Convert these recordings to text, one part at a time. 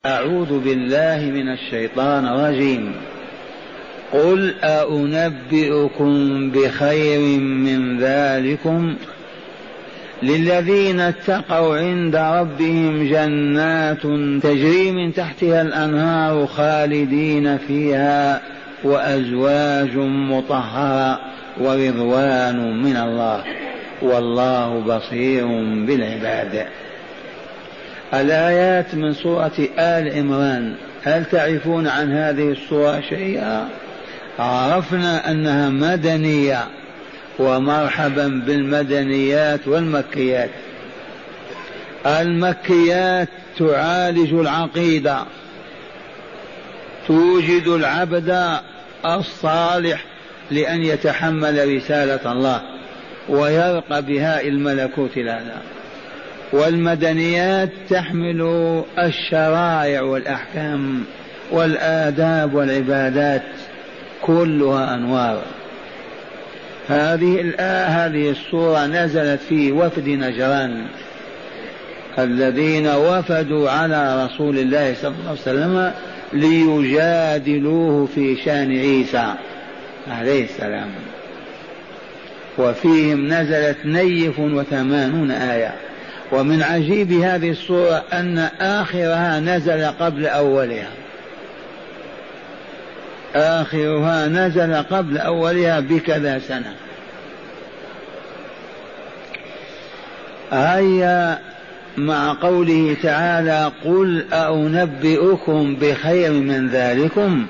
أعوذ بالله من الشيطان الرجيم. قل أنبئكم بخير من ذلكم للذين اتقوا عند ربهم جنات تجري من تحتها الأنهار خالدين فيها وأزواج مطهرة ورضوان من الله والله بصير بالعباد. الآيات من سورة آل عمران. هل تعرفون عن هذه السورة شيئا؟ عرفنا أنها مدنية، ومرحبا بالمدنيات والمكيات. المكيات تعالج العقيدة، توجد العبد الصالح لأن يتحمل رسالة الله ويرقى بها الملكوت الأعلى. والمدنيات تحمل الشرائع والأحكام والآداب والعبادات، كلها أنوار. هذه السورة نزلت في وفد نجران الذين وفدوا على رسول الله صلى الله عليه وسلم ليجادلوه في شأن عيسى عليه السلام، وفيهم نزلت 82 آية. ومن عجيب هذه السورة أن آخرها نزل قبل أولها، آخرها نزل قبل أولها بكذا سنة. هيا مع قوله تعالى: قل أنبئكم بخير من ذلكم.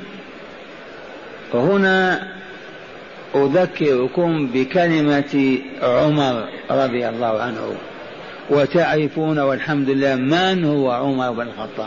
هنا أذكركم بكلمة عمر رضي الله عنه، وتعرفون والحمد لله من هو عمر بن الخطاب.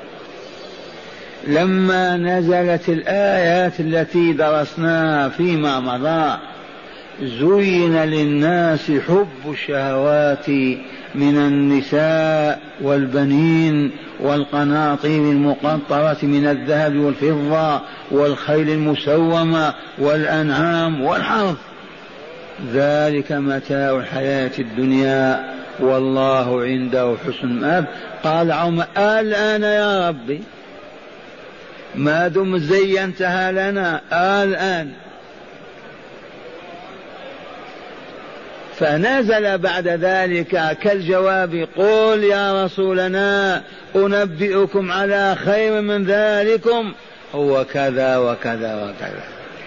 لما نزلت الآيات التي درسناها فيما مضى: زين للناس حب الشهوات من النساء والبنين والقناطير المقنطرة من الذهب والفضة والخيل المسومة والأنعام والحرث، ذلك متاع الحياة الدنيا والله عنده حسن المآب. قال عمر: الآن يا ربي ما دم زينتها لنا الآن. فنزل بعد ذلك كالجواب: قل يا رسولنا أنبئكم على خير من ذلكم هو كذا وكذا وكذا.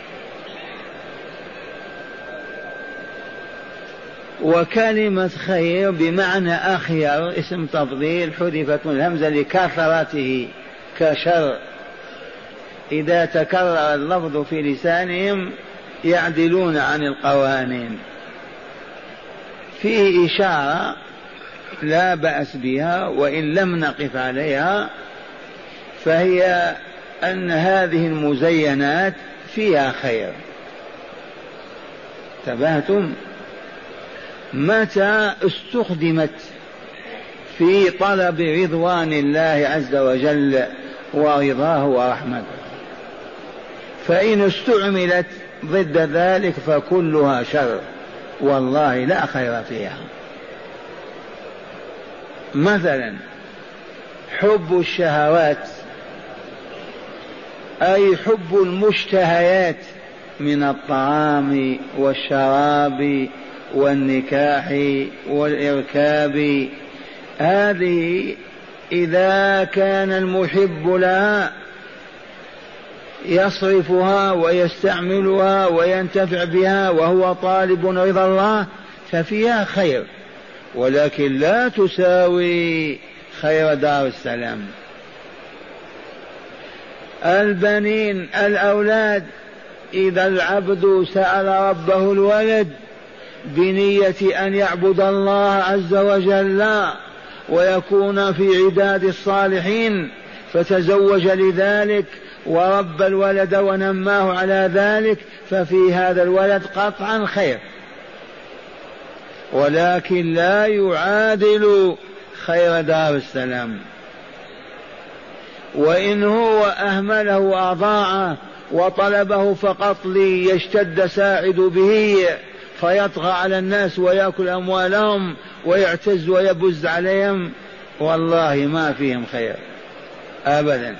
وكلمة خير بمعنى أخير اسم تفضيل، حذفت الهمزة لكثرته كشر. إذا تكرر اللفظ في لسانهم يعدلون عن القوانين. فيه إشارة لا بأس بها وإن لم نقف عليها، فهي أن هذه المزينات فيها خير. انتبهتم؟ متى استخدمت في طلب رضوان الله عز وجل ورضاه ورحمته، فإن استعملت ضد ذلك فكلها شر والله لا خير فيها. مثلا حب الشهوات أي حب المشتهيات من الطعام والشراب والنكاح والإركاب، هذه إذا كان المحب لها يصرفها ويستعملها وينتفع بها وهو طالب رضا الله ففيها خير، ولكن لا تساوي خير دار السلام. البنين الأولاد، إذا العبد سأل ربه الولد بنية أن يعبد الله عز وجل ويكون في عداد الصالحين فتزوج لذلك ورب الولد ونماه على ذلك، ففي هذا الولد قطعا خير، ولكن لا يعادل خير دار السلام. وإن هو أهمله وأضاعه وطلبه فقط ليشتد ساعد به فيطغى على الناس ويأكل أموالهم ويعتز ويبز عليهم، والله ما فيهم خير. أبدا.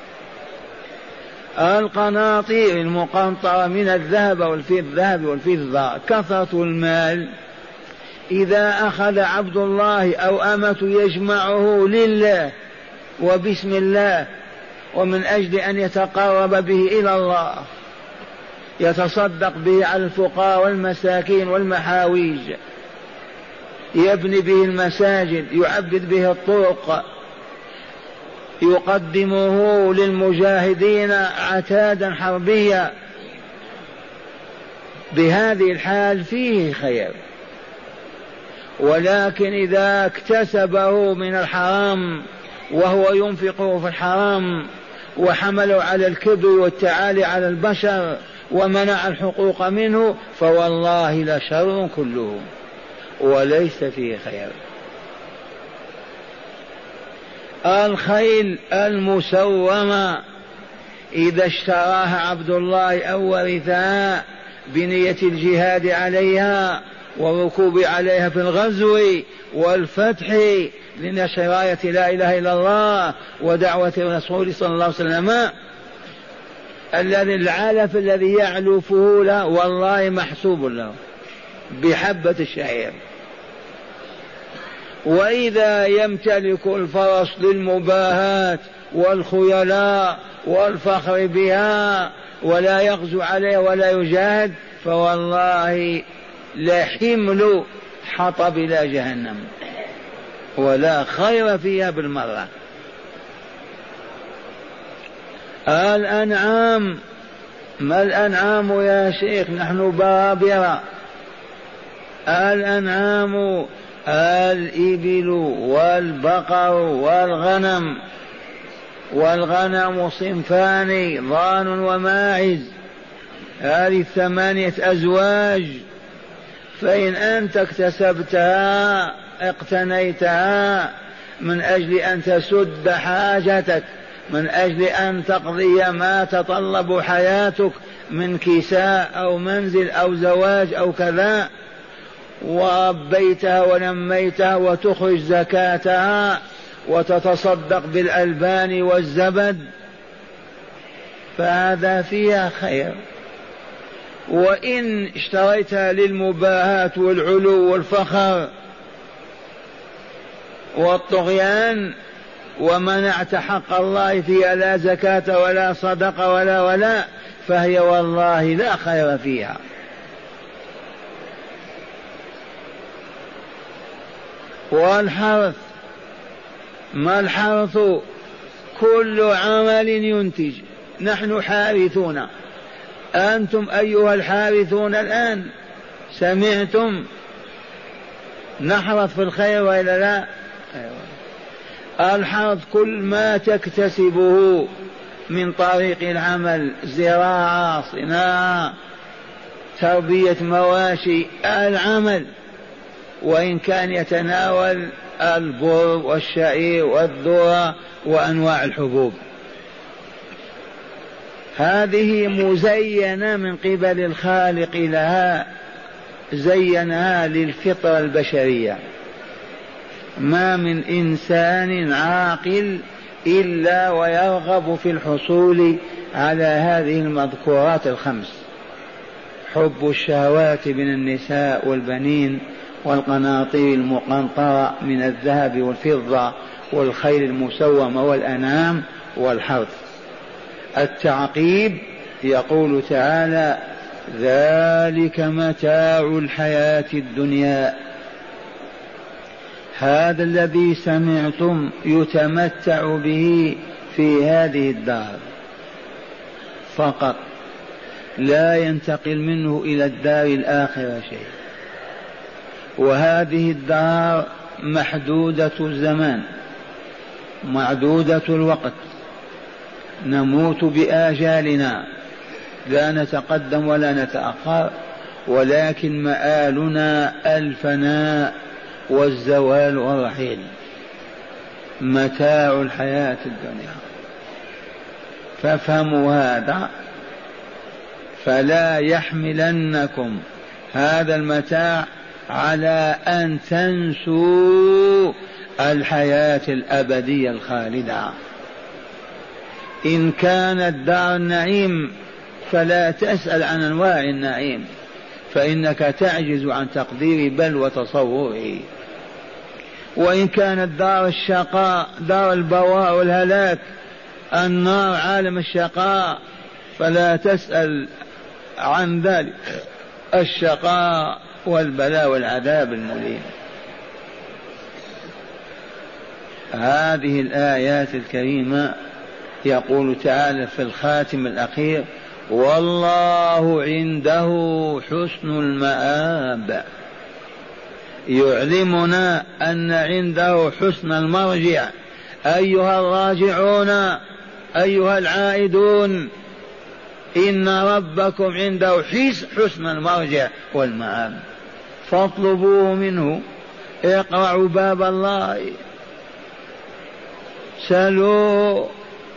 القناطير المقنطرة من الذهب والفضة كثرة المال، إذا أخذ عبد الله أو أمة يجمعه لله وبسم الله ومن أجل أن يتقرب به إلى الله، يتصدق به على الفقراء والمساكين والمحاويج، يبني به المساجد، يعبد به الطرق، يقدمه للمجاهدين عتادا حربيا، بهذه الحال فيه خير. ولكن إذا اكتسبه من الحرام وهو ينفقه في الحرام وحمله على الكبر والتعالي على البشر ومنع الحقوق منه، فوالله لشر كله وليس فيه خير. الخيل المسومة إذا اشتراها عبد الله أو ورثها بنية الجهاد عليها والركوب عليها في الغزو والفتح لنشر راية لا إله إلا الله ودعوة الرسول صلى الله عليه وسلم، الذي العلف الذي يعلفه له والله محسوب له بحبة الشعير. وإذا يمتلك الفرس للمباهاة والخيلاء والفخر بها ولا يغزو عليها ولا يجاهد، فوالله لا حمل حطب إلى جهنم ولا خير فيها بالمرة. الأنعام، ما الأنعام يا شيخ؟ نحن بابرة. الأنعام الإبل والبقر والغنم، والغنم صنفان ضان وماعز، هذه 8 أزواج. فإن أنت اكتسبتها اقتنيتها من أجل أن تسد حاجتك، من أجل أن تقضي ما تطلب حياتك من كساء أو منزل أو زواج أو كذا، وربيتها ونميتها وتخرج زكاتها وتتصدق بالألبان والزبد، فهذا فيها خير. وإن اشتريتها للمباهاة والعلو والفخر والطغيان ومنعت حق الله فيها، لا زكاة ولا صدقة ولا فهي والله لا خير فيها. والحرث، ما الحرث؟ كل عمل ينتج. نحن حارثون، أنتم أيها الحارثون الآن سمعتم نحرث في الخير وإلا لا؟ الحرث كل ما تكتسبه من طريق العمل، زراعة، صناعة، تربية مواشي، العمل، وإن كان يتناول البر والشعير والذرة وأنواع الحبوب، هذه مزينة من قبل الخالق لها، زينها للفطرة البشرية. ما من إنسان عاقل إلا ويرغب في الحصول على هذه المذكورات الخمس: حب الشهوات من النساء والبنين والقناطير المقنطرة من الذهب والفضة والخيل المسومة والأنعام والحرث. التعقيب يقول تعالى: ذلك متاع الحياة الدنيا. هذا الذي سمعتم يتمتع به في هذه الدار فقط، لا ينتقل منه إلى الدار الآخرة شيء. وهذه الدار محدودة الزمان، معدودة الوقت، نموت بآجالنا، لا نتقدم ولا نتأخر، ولكن مآلنا الفناء والزوال والرحيل. متاع الحياة الدنيا، فافهموا هذا، فلا يحملنكم هذا المتاع على أن تنسوا الحياة الأبدية الخالدة. إن كانت دار النعيم فلا تسأل عن أنواع النعيم، فإنك تعجز عن تقدير بل وتصوره. وإن كانت دار الشقاء دار البواء والهلاك، النار عالم الشقاء، فلا تسأل عن ذلك الشقاء والبلاء والعذاب المليم. هذه الآيات الكريمة يقول تعالى في الخاتم الأخير: والله عنده حسن المآب، يعلمنا أن عنده حسن المرجع. أيها الراجعون أيها العائدون، إن ربكم عنده حسن المرجع والمآب، فاطلبوه منه، اقرعوا باب الله، سلوا.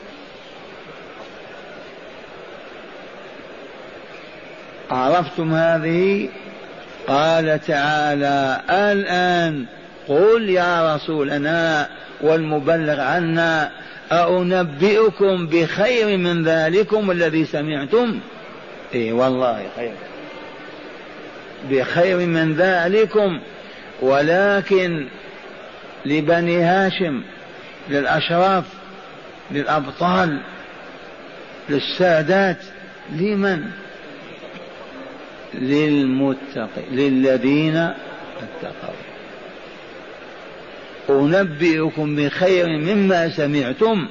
عرفتم هذه؟ قال تعالى: الآن قل يا رسولنا والمبلغ عنا: أنبئكم بخير من ذلكم الذي سمعتم؟ إيه والله خير، بخير من ذلكم، ولكن لبني هاشم، للأشراف، للأبطال، للسادات، لمن؟ للمتقين، للذين اتقوا. أنبئكم بخير مما سمعتم،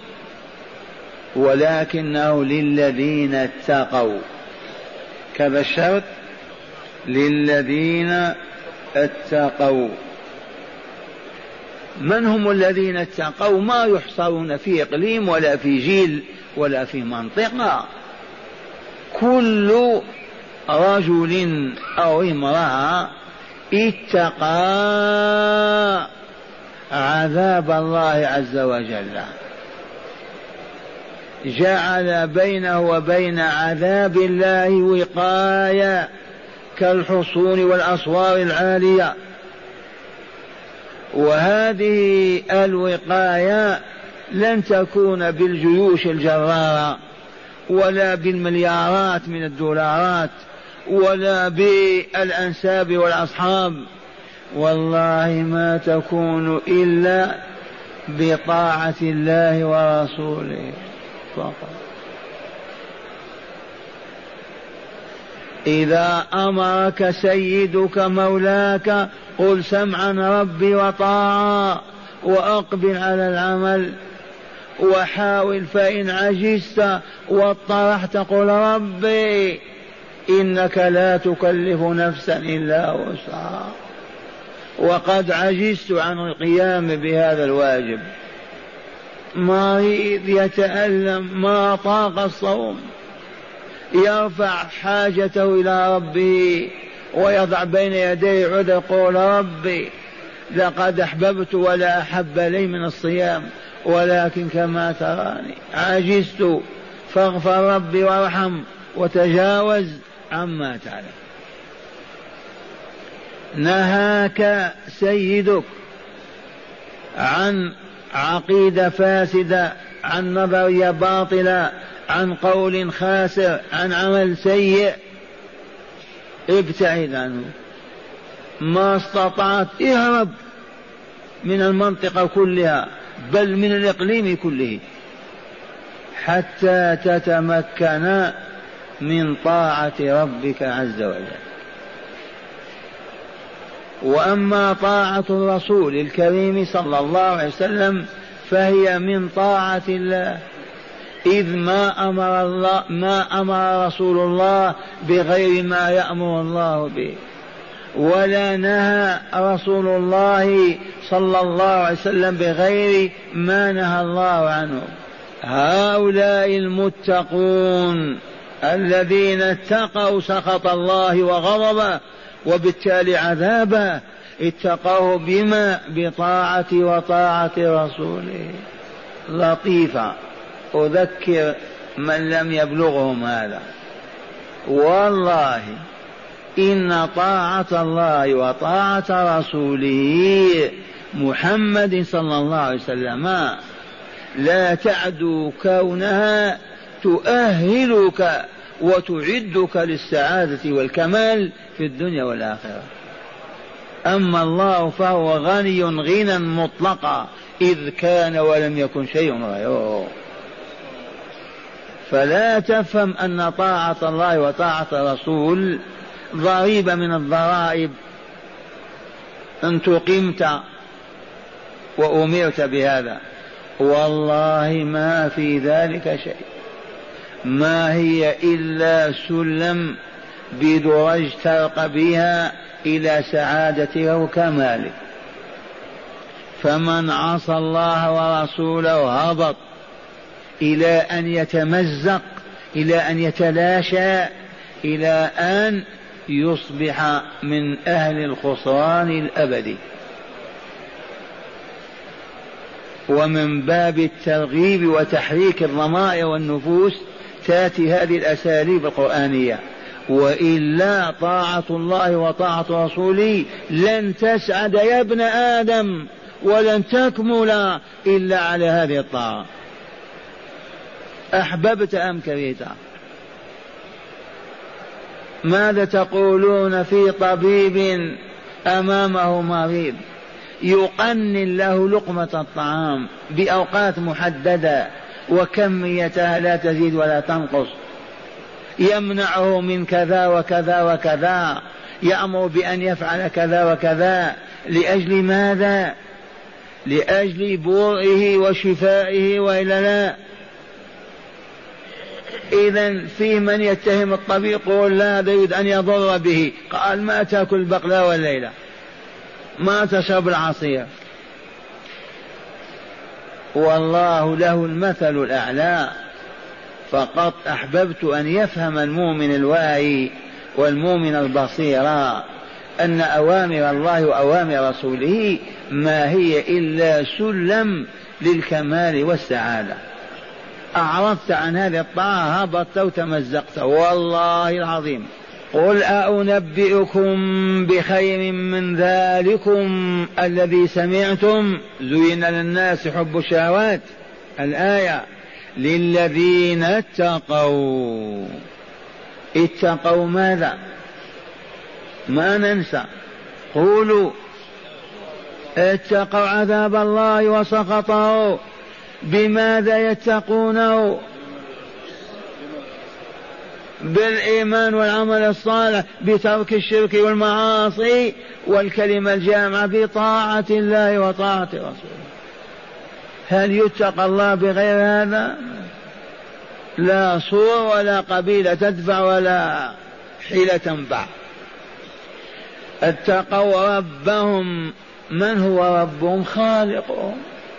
ولكنه للذين اتقوا. كذا الشرط، للذين اتقوا. من هم الذين اتقوا؟ ما يحصرون في إقليم ولا في جيل ولا في منطقة، كل رجل أو امرأة اتقى عذاب الله عز وجل، جعل بينه وبين عذاب الله وقاية كالحصون والأسوار العالية. وهذه الوقاية لن تكون بالجيوش الجرارة ولا بالمليارات من الدولارات ولا بالأنساب والأصحاب، والله ما تكون إلا بطاعة الله ورسوله فقط. إذا أمرك سيدك مولاك قل سمعا ربي وطاعة، وأقبل على العمل وحاول، فإن عجزت واضطرحت قل ربي إنك لا تكلف نفسا إلا وسعها، وقد عجزت عن القيام بهذا الواجب، مريض يتألم ما طاق الصوم، يرفع حاجته إلى ربه ويضع بين يديه عذر، قول ربي لقد أحببت ولا أحب لي من الصيام، ولكن كما تراني عجزت، فاغفر ربي وارحم وتجاوز عما تعلم. نهاك سيدك عن عقيدة فاسدة، عن نظرية باطلة، عن قول خاسر، عن عمل سيء، ابتعد عنه ما استطعت، اهرب من المنطقة كلها بل من الإقليم كله حتى تتمكن من طاعة ربك عز وجل. وأما طاعة الرسول الكريم صلى الله عليه وسلم فهي من طاعة الله، إذ ما أمر رسول الله بغير ما يأمر الله به، ولا نهى رسول الله صلى الله عليه وسلم بغير ما نهى الله عنه. هؤلاء المتقون الذين اتقوا سخط الله وغضبه وبالتالي عذابه، اتقوه بما؟ بطاعة وطاعة رسوله. لطيفة أذكر من لم يبلغهم هذا، والله إن طاعة الله وطاعة رسوله محمد صلى الله عليه وسلم لا تعدو كونها تؤهلك وتعدك للسعادة والكمال في الدنيا والآخرة. أما الله فهو غني غنى مطلقا إذ كان ولم يكن شيء غيره. فلا تفهم أن طاعة الله وطاعة الرسول ضريبة من الضرائب أن تقمت وأمرت بهذا، والله ما في ذلك شيء، ما هي إلا سلم بدرج ترق بها إلى سعادتها وكمالك. فمن عصى الله ورسوله هبط إلى أن يتمزق، إلى أن يتلاشى، إلى أن يصبح من أهل الخسران الأبدي. ومن باب الترغيب وتحريك الضمائر والنفوس تأتي هذه الأساليب القرآنية، وإلا طاعة الله وطاعة رسوله لن تسعد يا ابن آدم ولن تكمل إلا على هذه الطاعة، أحببت أم كرهت. ماذا تقولون في طبيب أمامه مريض يقنن له لقمة الطعام بأوقات محددة وكميتها لا تزيد ولا تنقص، يمنعه من كذا وكذا وكذا، يأمر بأن يفعل كذا وكذا، لأجل ماذا؟ لأجل برئه وشفائه وإلا لا؟ إذن في من يتهم الطبيب يقول لا يريد أن يضر به، قال ما تأكل البقلاوة الليلة، ما تشرب العصير. والله له المثل الأعلى. فقط أحببت أن يفهم المؤمن الواعي والمؤمن البصير أن أوامر الله وأوامر رسوله ما هي إلا سلم للكمال والسعادة. أعرضت عن هذه الطاعة هبطت وتمزقت. والله العظيم قل أنبئكم بخير من ذلكم الذي سمعتم زين للناس حب الشهوات، الآية، للذين اتقوا. اتقوا ماذا؟ ما ننسى، قولوا اتقوا عذاب الله وسخطه. بماذا يتقونه؟ بالإيمان والعمل الصالح، بترك الشرك والمعاصي، والكلمة الجامعة بطاعة الله وطاعة رسوله. هل يتقى الله بغير هذا؟ لا صور ولا قبيلة تدفع ولا حيلة تنفع. اتقوا ربهم. من هو ربهم؟ خالقهم.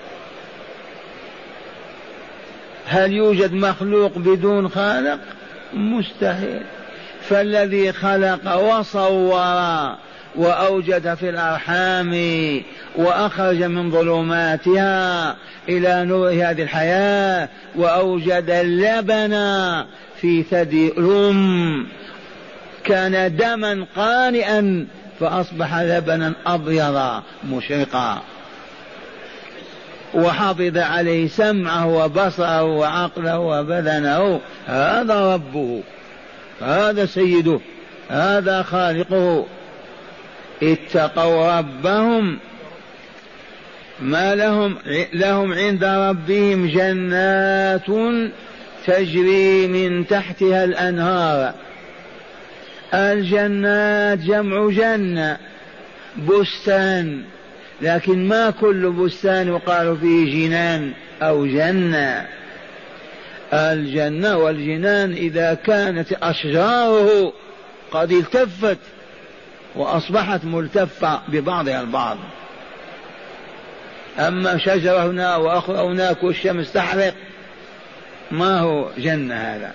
هل يوجد مخلوق بدون خالق؟ مستحيل. فالذي خلق وصور وأوجد في الأرحام وأخرج من ظلماتها إلى نور هذه الحياة، وأوجد اللبن في ثدي الأم كان دما قانئا فأصبح لبنا أبيضا مشرقا، وحافظ عليه سمعه وبصره وعقله وبدنه. هذا ربه، هذا سيده، هذا خالقه. اتقوا ربهم. ما لهم عند ربهم جنات تجري من تحتها الأنهار. الجنات جمع جنة، بستان، لكن ما كل بستان يقال فيه جنان أو جنة. الجنة والجنان إذا كانت أشجاره قد التفت وأصبحت ملتفة ببعضها البعض، أما شجرة هنا وأخرى هناك والشمس تحرق، ما هو جنة هذا.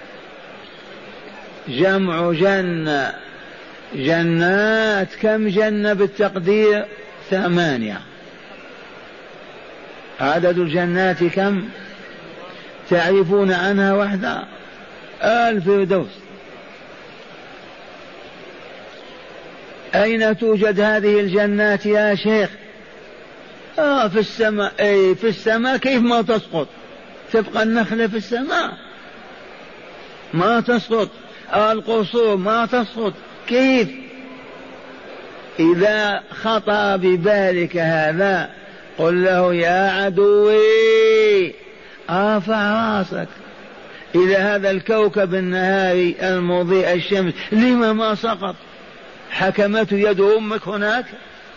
جمع جنة. جنات كم جنة بالتقدير؟ 8. عدد الجنات كم؟ تعرفون عنها وحدة؟ الفردوس. أين توجد هذه الجنات يا شيخ؟ في السماء. في السماء كيف ما تسقط؟ تبقى النخلة في السماء ما تسقط، القصور ما تسقط، كيف؟ إذا خطر ببالك هذا قل له يا عدوي ارفع راسك إلى هذا الكوكب النهاري المضيء الشمس، لما ما سقط؟ حكمت يد أمك هناك؟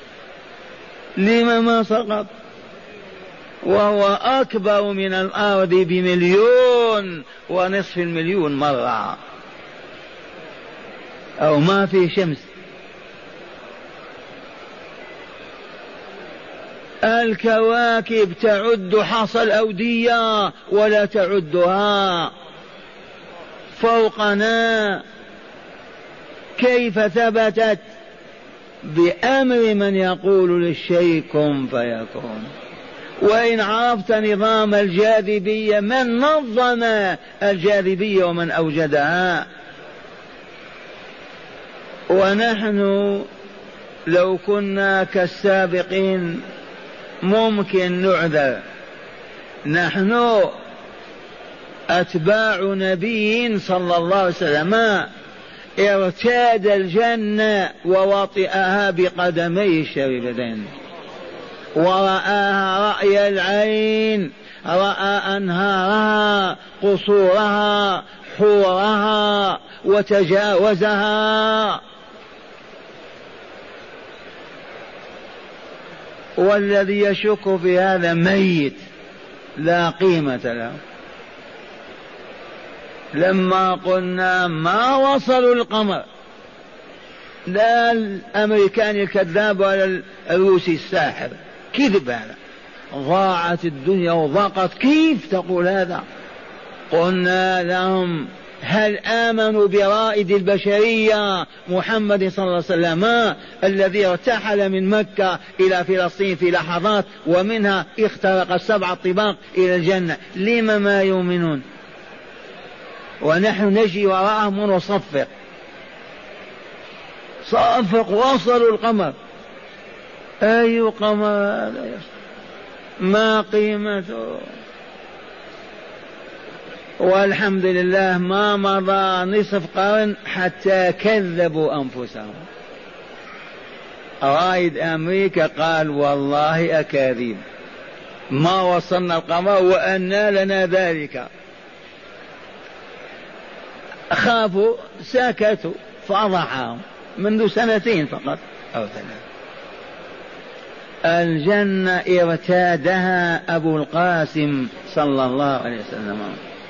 لما ما سقط؟ وهو أكبر من الأرض ب1,000,000 ونصف المليون مرة، أو ما في شمس. الكواكب تعد حصى الأودية ولا تعدها فوقنا. كيف ثبتت؟ بأمر من يقول للشيء كن فيكون. وإن عرفت نظام الجاذبية، من نظم الجاذبية ومن أوجدها؟ ونحن لو كنا كالسابقين ممكن نعذر، نحن أتباع نبي صلى الله عليه وسلم ارتاد الجنة ووطئها بقدميه الشريفتين، ورآها رأي العين، رأى أنهارها، قصورها، حورها، وتجاوزها. والذي يشك في هذا ميت لا قيمة له. لما قلنا ما وصلوا القمر، لا الأمريكاني الكذاب ولا الروسي الساحر، كذب هذا، ضاعت الدنيا وضاقت، كيف تقول هذا؟ قلنا لهم هل آمنوا برائد البشرية محمد صلى الله عليه وسلم الذي ارتحل من مكة إلى فلسطين في لحظات ومنها اخترق 7 طباق إلى الجنة؟ لما ما يؤمنون؟ ونحن نجي وراءهم ونصفق. صفق وصلوا القمر. أي قمر هذا؟ ما قيمته؟ والحمد لله ما مضى نصف قرن حتى كذبوا أنفسهم. رائد أمريكا قال والله أكاذيب، ما وصلنا القمر وأنى لنا ذلك. خافوا، سكتوا، فضحهم منذ 2 فقط أو 3. الجنة ارتادها أبو القاسم صلى الله عليه وسلم.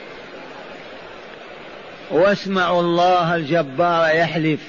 واسمعوا الله الجبار يحلف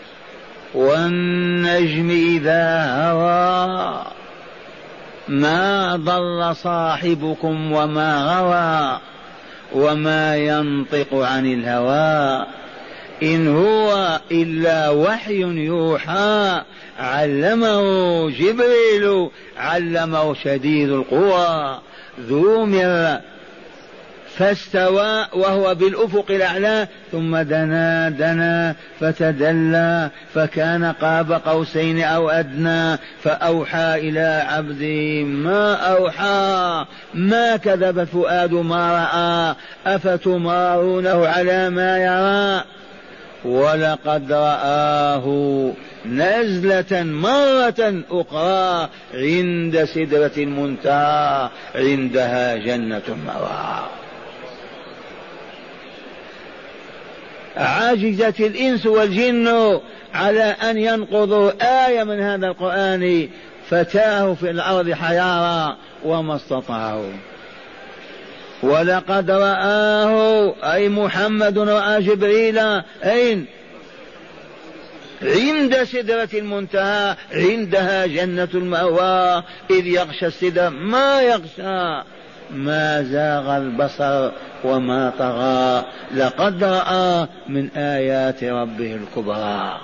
والنجم إذا هوى ما ضل صاحبكم وما غوى وما ينطق عن الهوى إن هو إلا وحي يوحى علمه جبريل علمه شديد القوى ذو مرة فاستوى وهو بالأفق الأعلى ثم دنا فتدلى فكان قاب قوسين أو أدنى فأوحى إلى عبده ما أوحى ما كذب الفؤاد ما رأى أفتمارونه على ما يرى ولقد رآه نزلة مرة أخرى عند سدرة المنتهى عندها جنة المأوى. عجزت الإنس والجن على أن ينقضوا آية من هذا القرآن فتاه في الأرض حيارى وما استطاعوا. ولقد رآه أي محمد رأى جبريل أين؟ عند سدرة المنتهى عندها جنة المأوى إذ يغشى السدر ما يغشى ما زاغ البصر وما طغى لقد رأى من آيات ربه الكبرى.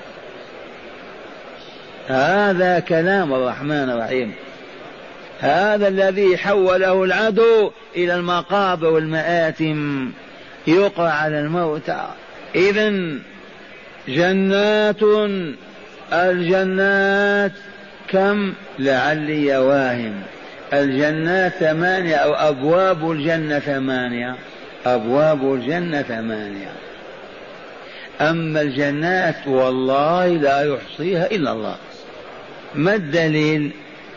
هذا كلام الرحمن الرحيم، هذا الذي حوله العدو إلى المقابر والمآتم يقع على الموتى. إذن جنات الجنات كم لعلي واهم الجنات 8 أو أبواب الجنة 8. أبواب الجنة 8. أما الجنات والله لا يحصيها إلا الله. ما الدليل؟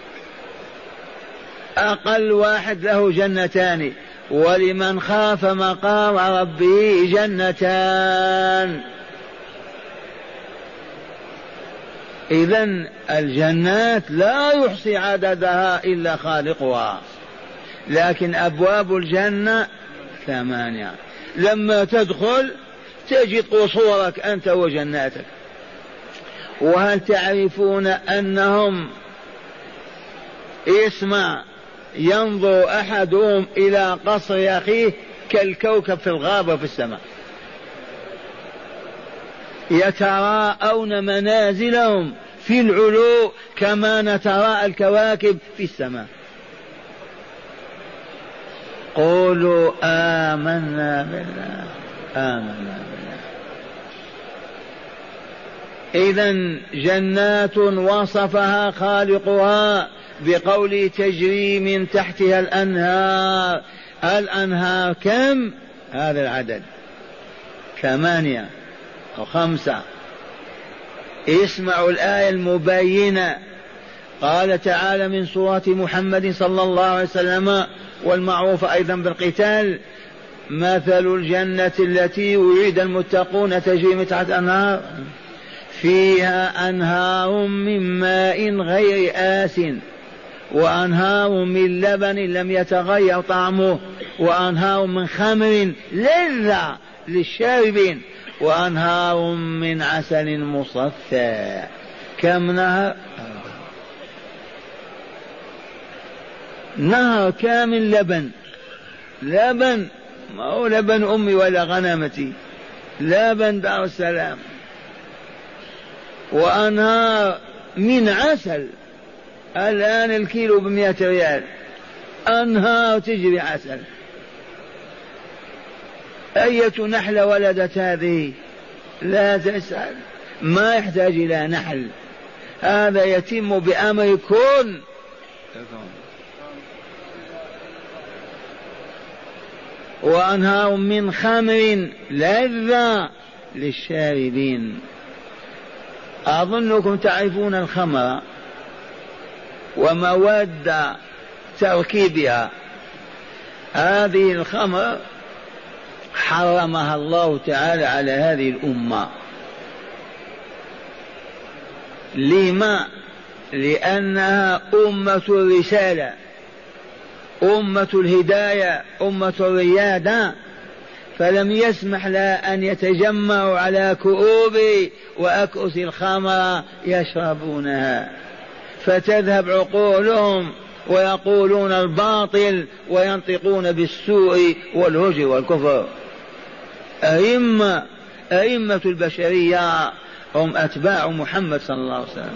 أقل واحد له جنتان، ولمن خاف مقام ربه جنتان. إذن الجنات لا يحصي عددها إلا خالقها، لكن أبواب الجنة 8. لما تدخل تجد قصورك أنت وجناتك. وهل تعرفون أنهم اسمع ينظر أحدهم إلى قصر أخيه كالكوكب في الغابة في السماء، يتراءون منازلهم في العلو كما نتراءى الكواكب في السماء. قولوا آمنا بالله. آمنا بالله. إذن جنات وصفها خالقها بقوله تجري من تحتها الأنهار. الأنهار كم؟ هذا العدد 8 أو 5. اسمعوا الآية المبينة. قال تعالى من سورة محمد صلى الله عليه وسلم والمعروف أيضا بالقتال: مثل الجنة التي وعد المتقون تجري من تحت الأنهار فيها أنهار من ماء غير آس وأنهار من لبن لم يتغير طعمه وأنهار من خمر لذة للشاربين وأنهار من عسل مصفى. كم نهر؟ نهر كامل لبن. لبن ما هو لبن أمي ولا غنمتي، لبن دار السلام. وأنهار من عسل، الآن الكيلو ب100 ريال. أنهار تجري عسل. أية نحلة ولدت هذه؟ لا تسأل، ما يحتاج إلى نحل، هذا يتم بأمر كن. وأنهار من خمر لذة للشاربين. أظنكم تعرفون الخمر ومواد تركيبها. هذه الخمر حرمها الله تعالى على هذه الأمة. لما؟ لأنها أمة الرسالة، أمة الهداية، أمة الريادة، فلم يسمح لها أن يتجمعوا على كؤوب وأكؤس الخمر يشربونها، فتذهب عقولهم ويقولون الباطل وينطقون بالسوء والهجر والكفر. أئمة البشرية هم أتباع محمد صلى الله عليه وسلم،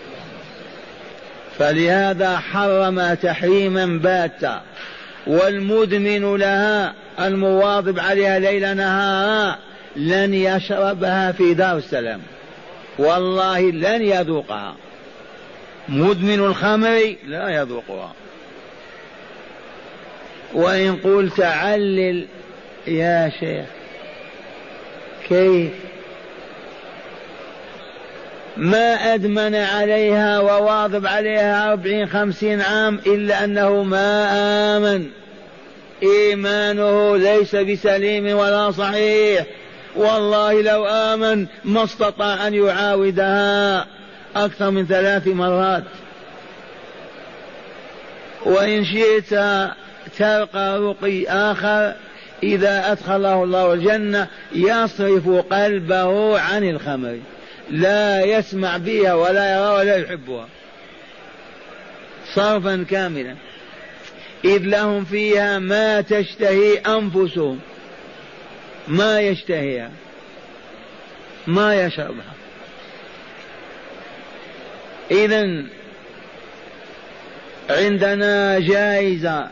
فلهذا حرم تحريما باتا. والمدمن لها المواظب عليها ليل نهارا لن يشربها في دار السلام، والله لن يذوقها. مدمن الخمر لا يذوقها. وإن قلت علل يا شيخ كيف؟ ما أدمن عليها وواظب عليها 40-50 عام إلا أنه ما آمن، إيمانه ليس بسليم ولا صحيح. والله لو آمن ما استطاع أن يعاودها أكثر من 3 مرات. وإن شئت ترقى رقي آخر، إذا أدخله الله الجنة يصرف قلبه عن الخمر، لا يسمع بها ولا يرى ولا يحبها صرفا كاملا، إذ لهم فيها ما تشتهي أنفسهم، ما يشتهيها ما يشربها. إذن عندنا جائزة.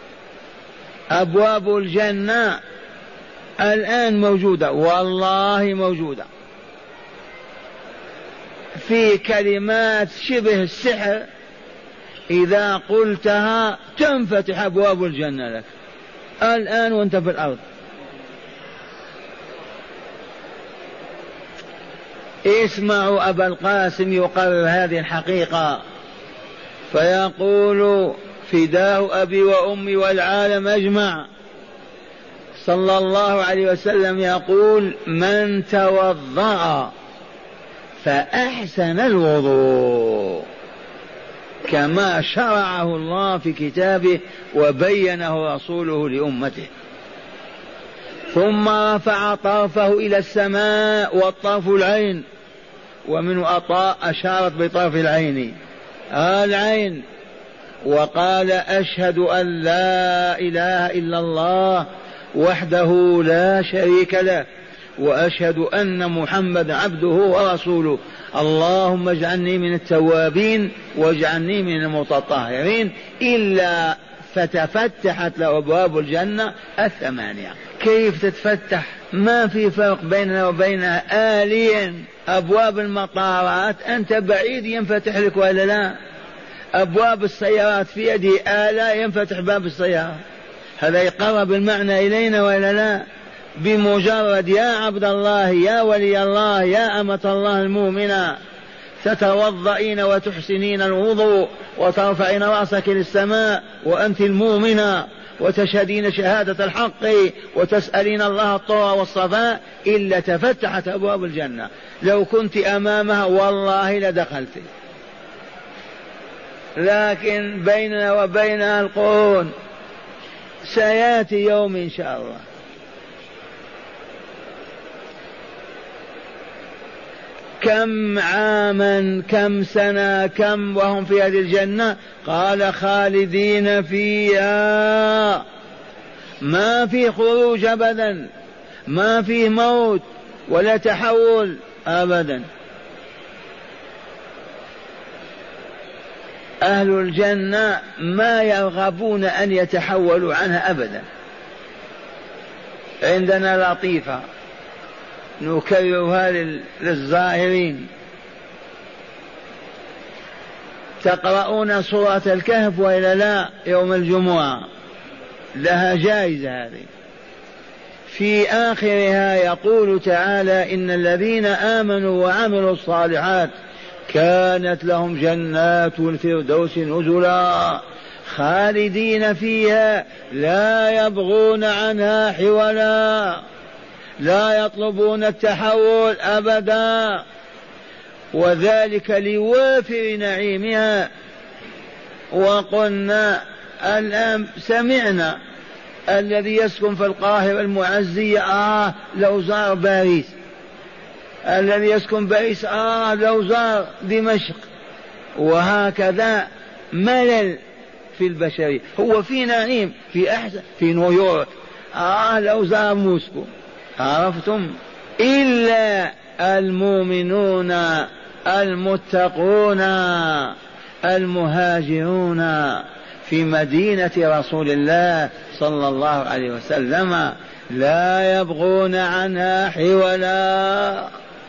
أبواب الجنة الآن موجودة، والله موجودة، في كلمات شبه السحر إذا قلتها تنفتح أبواب الجنة لك الآن وأنت في الأرض. اسمعوا أبا القاسم يقرر هذه الحقيقة فيقول فداه أبي وأمي والعالم أجمع صلى الله عليه وسلم يقول من توضأ فأحسن الوضوء كما شرعه الله في كتابه وبينه رسوله لأمته ثم رفع طرفه إلى السماء والطرف العين ومنه أطاء أشارت بطرف العين العين وقال أشهد أن لا إله إلا الله وحده لا شريك له وأشهد أن محمد عبده ورسوله اللهم اجعلني من التوابين واجعلني من المتطهرين إلا فتفتحت له أبواب الجنة 8. كيف تتفتح؟ ما في فرق بيننا وبينها آليا. أبواب المطارات أنت بعيد ينفتح لك ولا لا؟ أبواب السيارات في يده آلة ينفتح باب السيارة، هذا يقرب المعنى إلينا ولا لا؟ بمجرد يا عبد الله يا ولي الله يا أمة الله المؤمنة تتوضئين وتحسنين الوضوء وترفعين رأسك للسماء وأنت المؤمنة وتشهدين شهادة الحق وتسألين الله الطهر والصفاء إلا تفتحت أبواب الجنة. لو كنت أمامها والله لدخلت، لكن بيننا وبينها القرون. سيأتي يوم إن شاء الله. كم عاما كم سنة كم وهم في هذه الجنة؟ قال خالدين فيها، ما في خروج أبدا، ما في موت ولا تحول أبدا. أهل الجنة ما يرغبون أن يتحولوا عنها أبدا. عندنا لطيفة نكررها للظاهرين، تقرؤون سورة الكهف وإلا لا يوم الجمعة؟ لها جائزة هذه. في آخرها يقول تعالى إن الذين آمنوا وعملوا الصالحات كانت لهم جنات الفردوس نزلا خالدين فيها لا يبغون عنها حولا، لا يطلبون التحول أبدا، وذلك لوافر نعيمها. وقلنا الآن سمعنا الذي يسكن في القاهرة المعزية لو زار باريس، الذي يسكن باريس لو زار دمشق، وهكذا ملل في البشرية. هو في نعيم في أحسن في نيويورك لو زار موسكو. عرفتم؟ إلا المؤمنون المتقون المهاجرون في مدينة رسول الله صلى الله عليه وسلم لا يبغون عنها حولا.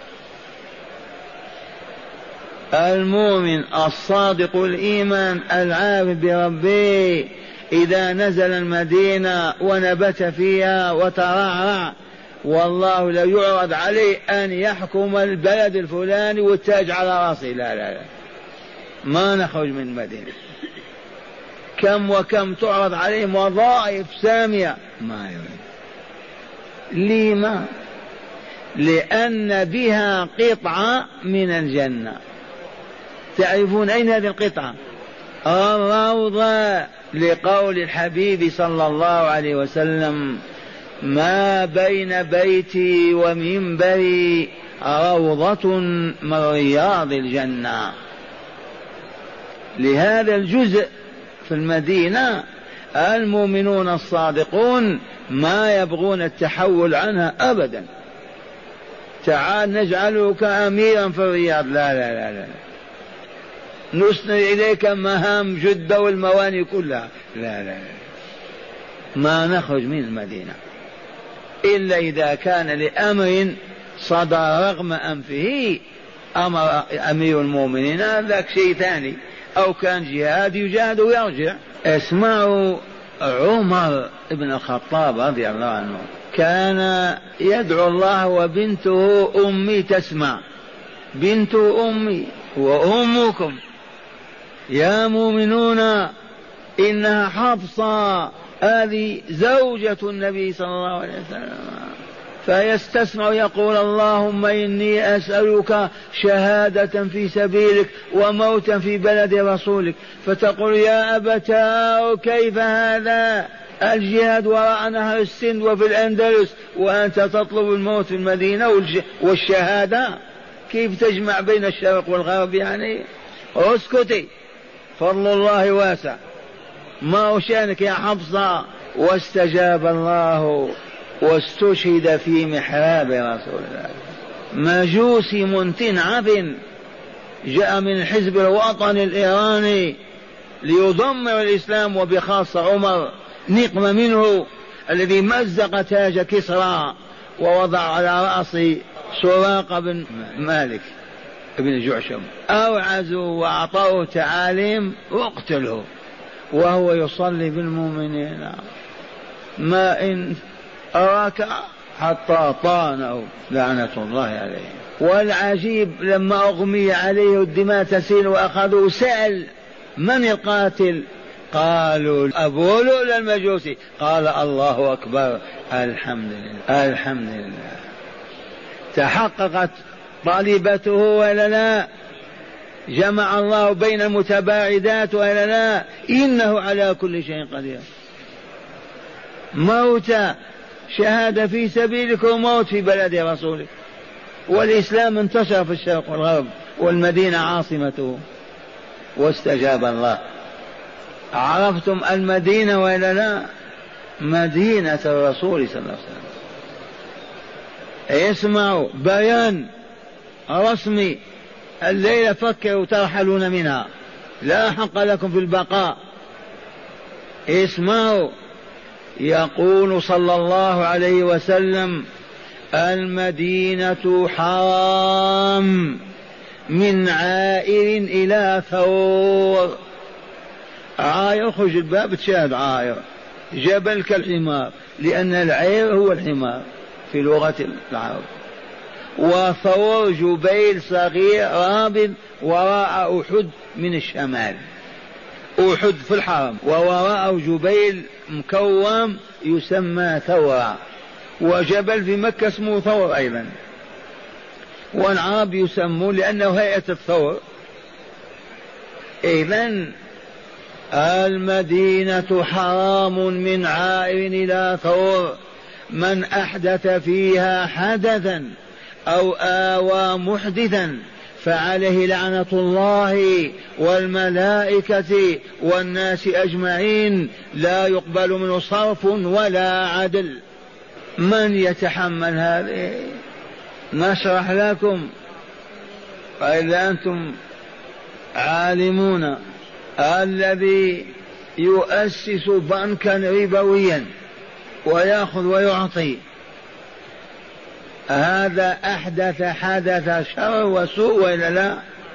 المؤمن الصادق الإيمان العارف بربه إذا نزل المدينة ونبت فيها وترعرع والله لا يعرض عليه أن يحكم البلد الفلاني والتاج على رأسه، لا لا لا، ما نخرج من المدينة. كم وكم تعرض عليهم وظائف سامية ما يريد. لما؟ لأن بها قطعة من الجنة. تعرفون أين هذه القطعة؟ الروضة، لقول الحبيب صلى الله عليه وسلم ما بين بيتي ومنبري روضة من رياض الجنة. لهذا الجزء في المدينة المؤمنون الصادقون ما يبغون التحول عنها أبدا. تعال نجعلك أميرا في الرياض، لا لا لا لا، نسند إليك مهام جدة والموانئ كلها، لا لا لا، ما نخرج من المدينة إلا إذا كان لأمر صدر رغم أنفه أمر أمير المؤمنين، ذاك شيء ثاني. أو كان جهاد يجاهد ويرجع. اسمعوا، عمر بن الخطاب رضي الله عنه كان يدعو الله وبنته أمي تسمع، بنته أمي وأمكم يا مؤمنون إنها حفصة هذه زوجة النبي صلى الله عليه وسلم، فيستسمع يقول اللهم إني أسألك شهادة في سبيلك وموتا في بلد رسولك، فتقول يا أبتاه كيف هذا الجهاد وراء نهر السند وفي الأندلس وأنت تطلب الموت في المدينة والشهادة، كيف تجمع بين الشرق والغرب؟ يعني اسكتي، فضل الله واسع، ما هو شأنك يا حفصة. واستجاب الله واستشهد في محراب رسول الله. مجوسي منتنعب جاء من الحزب الوطني الإيراني ليدمر الإسلام وبخاصة عمر، نقم منه الذي مزق تاج كسرى ووضع على رأس سراقة بن مالك بن جعشم، أوعزوا وأعطوه تعاليم اقتله وهو يصلي بالمؤمنين، ما إن أراك حتى طانه لعنة الله عليه. والعجيب لما أغمي عليه الدماء تسيل وأخذوا سأل من القاتل؟ قالوا أبو لؤلؤ المجوسي. قال الله أكبر، الحمد لله الحمد لله. تحققت طالبته ولا لا؟ جمع الله بين المتباعدات ولا لا؟ إنه على كل شيء قدير. موت شهادة في سبيلك وموت في بلد رسولك، والإسلام انتشر في الشرق والغرب والمدينة عاصمته، واستجاب الله. عرفتم المدينة ولا لا؟ مدينة الرسول صلى الله عليه وسلم. اسمعوا بيان رسمي، الليلة فكروا ترحلون منها، لا حق لكم في البقاء. اسمعوا، يقول صلى الله عليه وسلم المدينة حرام من عائر إلى ثور. عاير خرج الباب تشاهد عاير، جبل كالحمار، لأن العير هو الحمار في لغة العرب، وثور جبيل صغير رابض وراء أحد من الشمال، أحد في الحرم ووراء جبيل مكوم يسمى ثورا، وجبل في مكة اسمه ثور أيضا، والعرب يسمون لأنه هيئة الثور. إذن المدينة حرام من عائر إلى ثور، من أحدث فيها حدثا أو آوى محدثا فعليه لعنة الله والملائكة والناس أجمعين، لا يقبل منه صرف ولا عدل. من يتحمل هذه؟ نشرح لكم فإذا أنتم عالمون. الذي يؤسس بنكا ربويا ويأخذ ويعطي، هذا أحدث حدث شر وسوء وإلا لا؟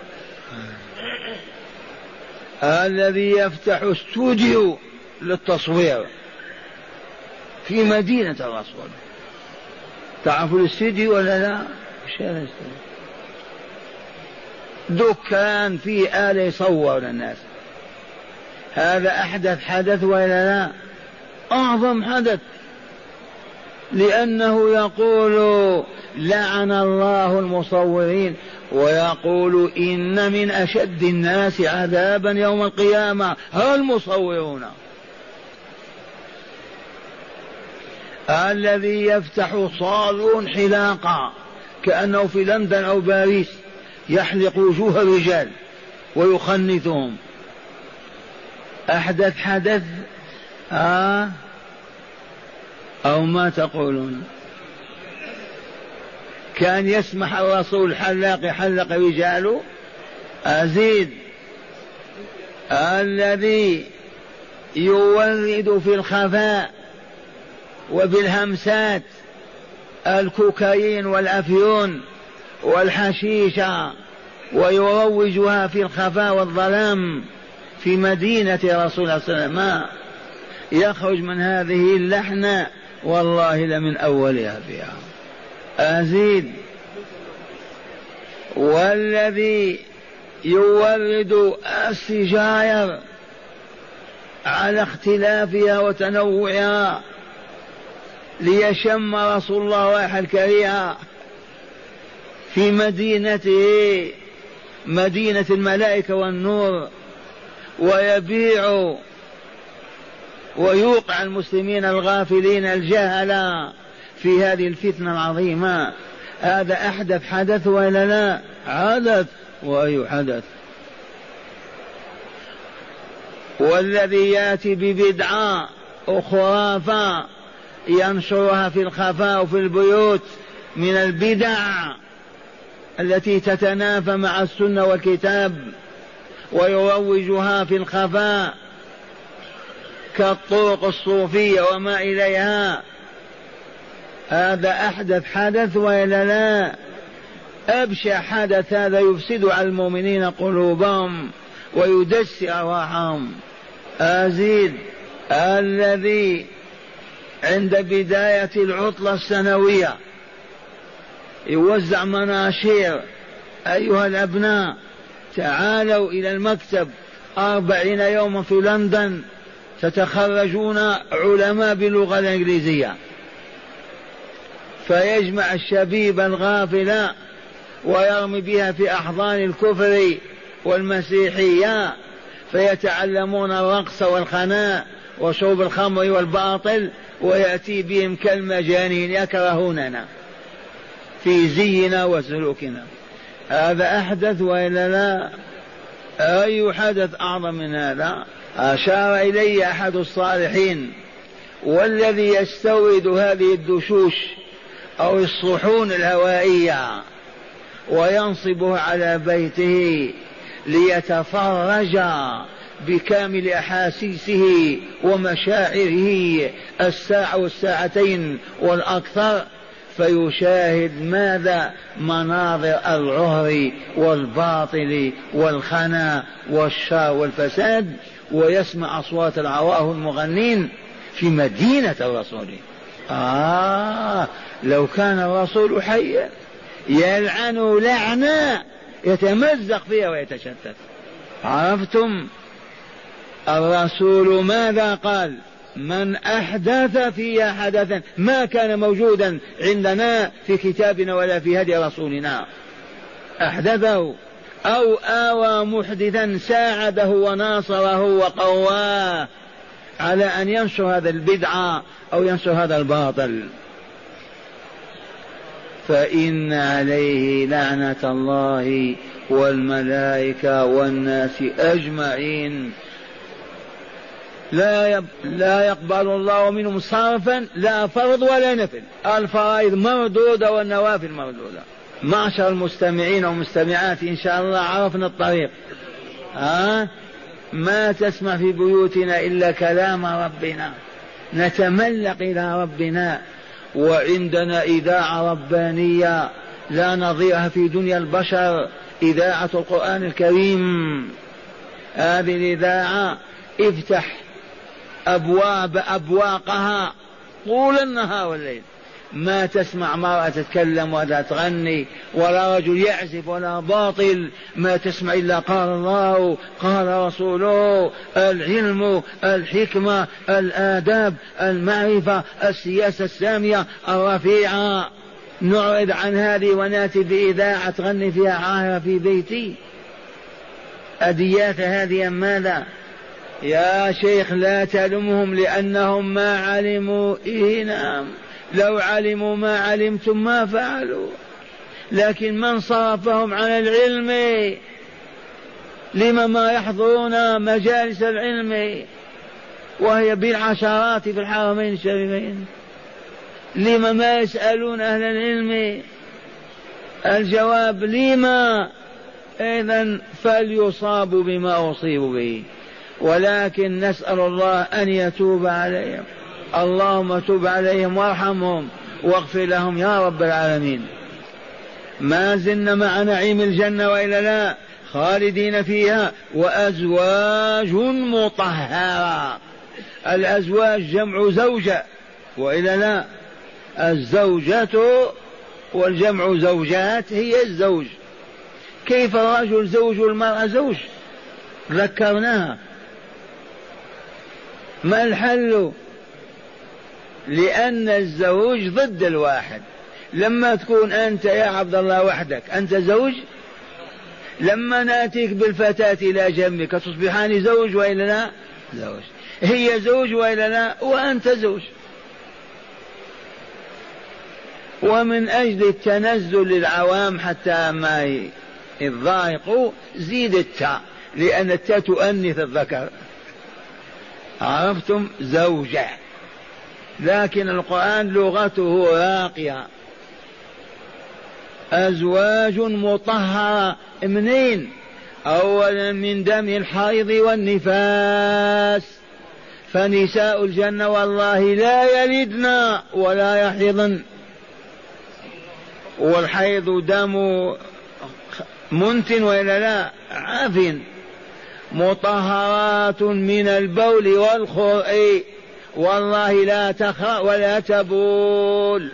الذي يفتح استوديو للتصوير في مدينة الرسول، تعرفوا الاستوديو ولا لا؟ دكان فيه آلة يصور للناس، هذا أحدث حدث ولا لا؟ أعظم حدث، لأنه يقول لعن الله المصورين، ويقول إن من أشد الناس عذابا يوم القيامة المصورون. الذي يفتح صالون حلاقة كأنه في لندن أو باريس، يحلق وجوه الرجال ويخنثهم، أحدث حدث أو ما تقولون؟ كان يسمح الرسول حلاق يحلق رجاله؟ أزيد، الذي يورد في الخفاء وبالهمسات الكوكايين والأفيون والحشيشة ويروجها في الخفاء والظلام في مدينة رسول الله صلى الله عليه وسلم، ما يخرج من هذه اللحنة والله لمن أولها فيها. أزيد: والذي يورد السجائر على اختلافها وتنوعها ليشم رسول الله رائحة الكريهة في مدينته مدينة الملائكة والنور، ويبيع ويوقع المسلمين الغافلين الجهلة في هذه الفتنة العظيمة. هذا أحدث حدث ولا لا؟ حدث، وأي حدث. والذي يأتي ببدعة وخرافة ينشرها في الخفاء وفي البيوت من البدع التي تتنافى مع السنة والكتاب ويروجها في الخفاء كالطرق الصوفية وما إليها، هذا أحدث حدث وإلا لا؟ أبشع حدث، هذا يفسد على المؤمنين قلوبهم ويدس أرواحهم. أزيد: الذي عند بداية العطلة السنوية يوزع مناشير: أيها الأبناء تعالوا إلى المكتب 40 يوما في لندن تتخرجون علماء باللغة الإنجليزية. فيجمع الشبيب الغافل ويرمي بها في أحضان الكفر والمسيحية، فيتعلمون الرقص والخناء وشرب الخمر والباطل، ويأتي بهم كالمجانين يكرهوننا في زينا وسلوكنا. هذا أحدث وإلا لا؟ أي حدث أعظم من هذا؟ أشار إلي أحد الصالحين: والذي يستورد هذه الدشوش أو الصحون الهوائية وينصبها على بيته ليتفرج بكامل أحاسيسه ومشاعره الساعة والساعتين والأكثر، فيشاهد ماذا؟ مناظر العهر والباطل والخنا والشر والفساد، ويسمع أصوات العواه المغنين في مدينة الرسول. لو كان الرسول حيا يلعن لعنة يتمزق فيها ويتشتت. عرفتم؟ الرسول ماذا قال؟ من أحدث فيها حدثا ما كان موجودا عندنا في كتابنا ولا في هدي رسولنا، أحدثه أو آوى محدثا ساعده وناصره وقواه على أن ينشر هذا البدعة أو ينشر هذا الباطل، فإن عليه لعنة الله والملائكة والناس أجمعين. لا يقبل الله منهم صرفا، لا فرض ولا نفل، الفرائض مردودة والنوافل مردودة. معشر المستمعين والمستمعات، إن شاء الله عرفنا الطريق. ما تسمع في بيوتنا إلا كلام ربنا، نتملق إلى ربنا، وعندنا إذاعة ربانية لا نظيرها في دنيا البشر، إذاعة القرآن الكريم. هذه الإذاعة افتح أبواقها طول النهار والليل، ما تسمع مرأة تتكلم ولا تغني ولا رجل يعزف ولا باطل، ما تسمع إلا قال الله قال رسوله، العلم الحكمة الآداب المعرفة السياسة السامية الرفيعة. نعرض عن هذه وناتي بإذاعة تغني فيها عاهرة في بيتي. أديات هذه ماذا؟ يا شيخ لا تلمهم لأنهم ما علموا. نعم، لو علموا ما علمتم ما فعلوا، لكن من صرفهم عن العلم؟ لما ما يحضرون مجالس العلم وهي بالعشرات في الحرمين الشريفين؟ لما ما يسألون أهل العلم؟ الجواب لما. إذن فليصابوا بما أصيبوا به، ولكن نسأل الله أن يتوب عليهم. اللهم تب عليهم وارحمهم واغفر لهم يا رب العالمين. ما زلنا مع نعيم الجنة وإلا لا؟ خالدين فيها. وأزواج مطهرة. الأزواج جمع زوجة وإلا لا؟ الزوجة والجمع زوجات هي الزوج. كيف الرجل زوج والمرأة زوج؟ ذكرناها. ما الحل؟ لأن الزوج ضد الواحد. لما تكون أنت يا عبد الله وحدك أنت زوج، لما نأتيك بالفتاة إلى جنبك تصبحان زوج وإلا لا؟ زوج. هي زوج وإلا لا؟ وأنت زوج. ومن أجل التنزل للعوام حتى ما يضايقوا زيد التاء، لأن التاء تؤنث الذكر. عرفتم؟ زوجة. لكن القرآن لغته راقية. أزواج مطهرة منين؟ أولا من دم الحيض والنفاس، فنساء الجنة والله لا يلدن ولا يحيضن، والحيض دم منتن وإلا لا؟ عافٍ. مطهرات من البول والخرء، والله لا تخرأ ولا تبول.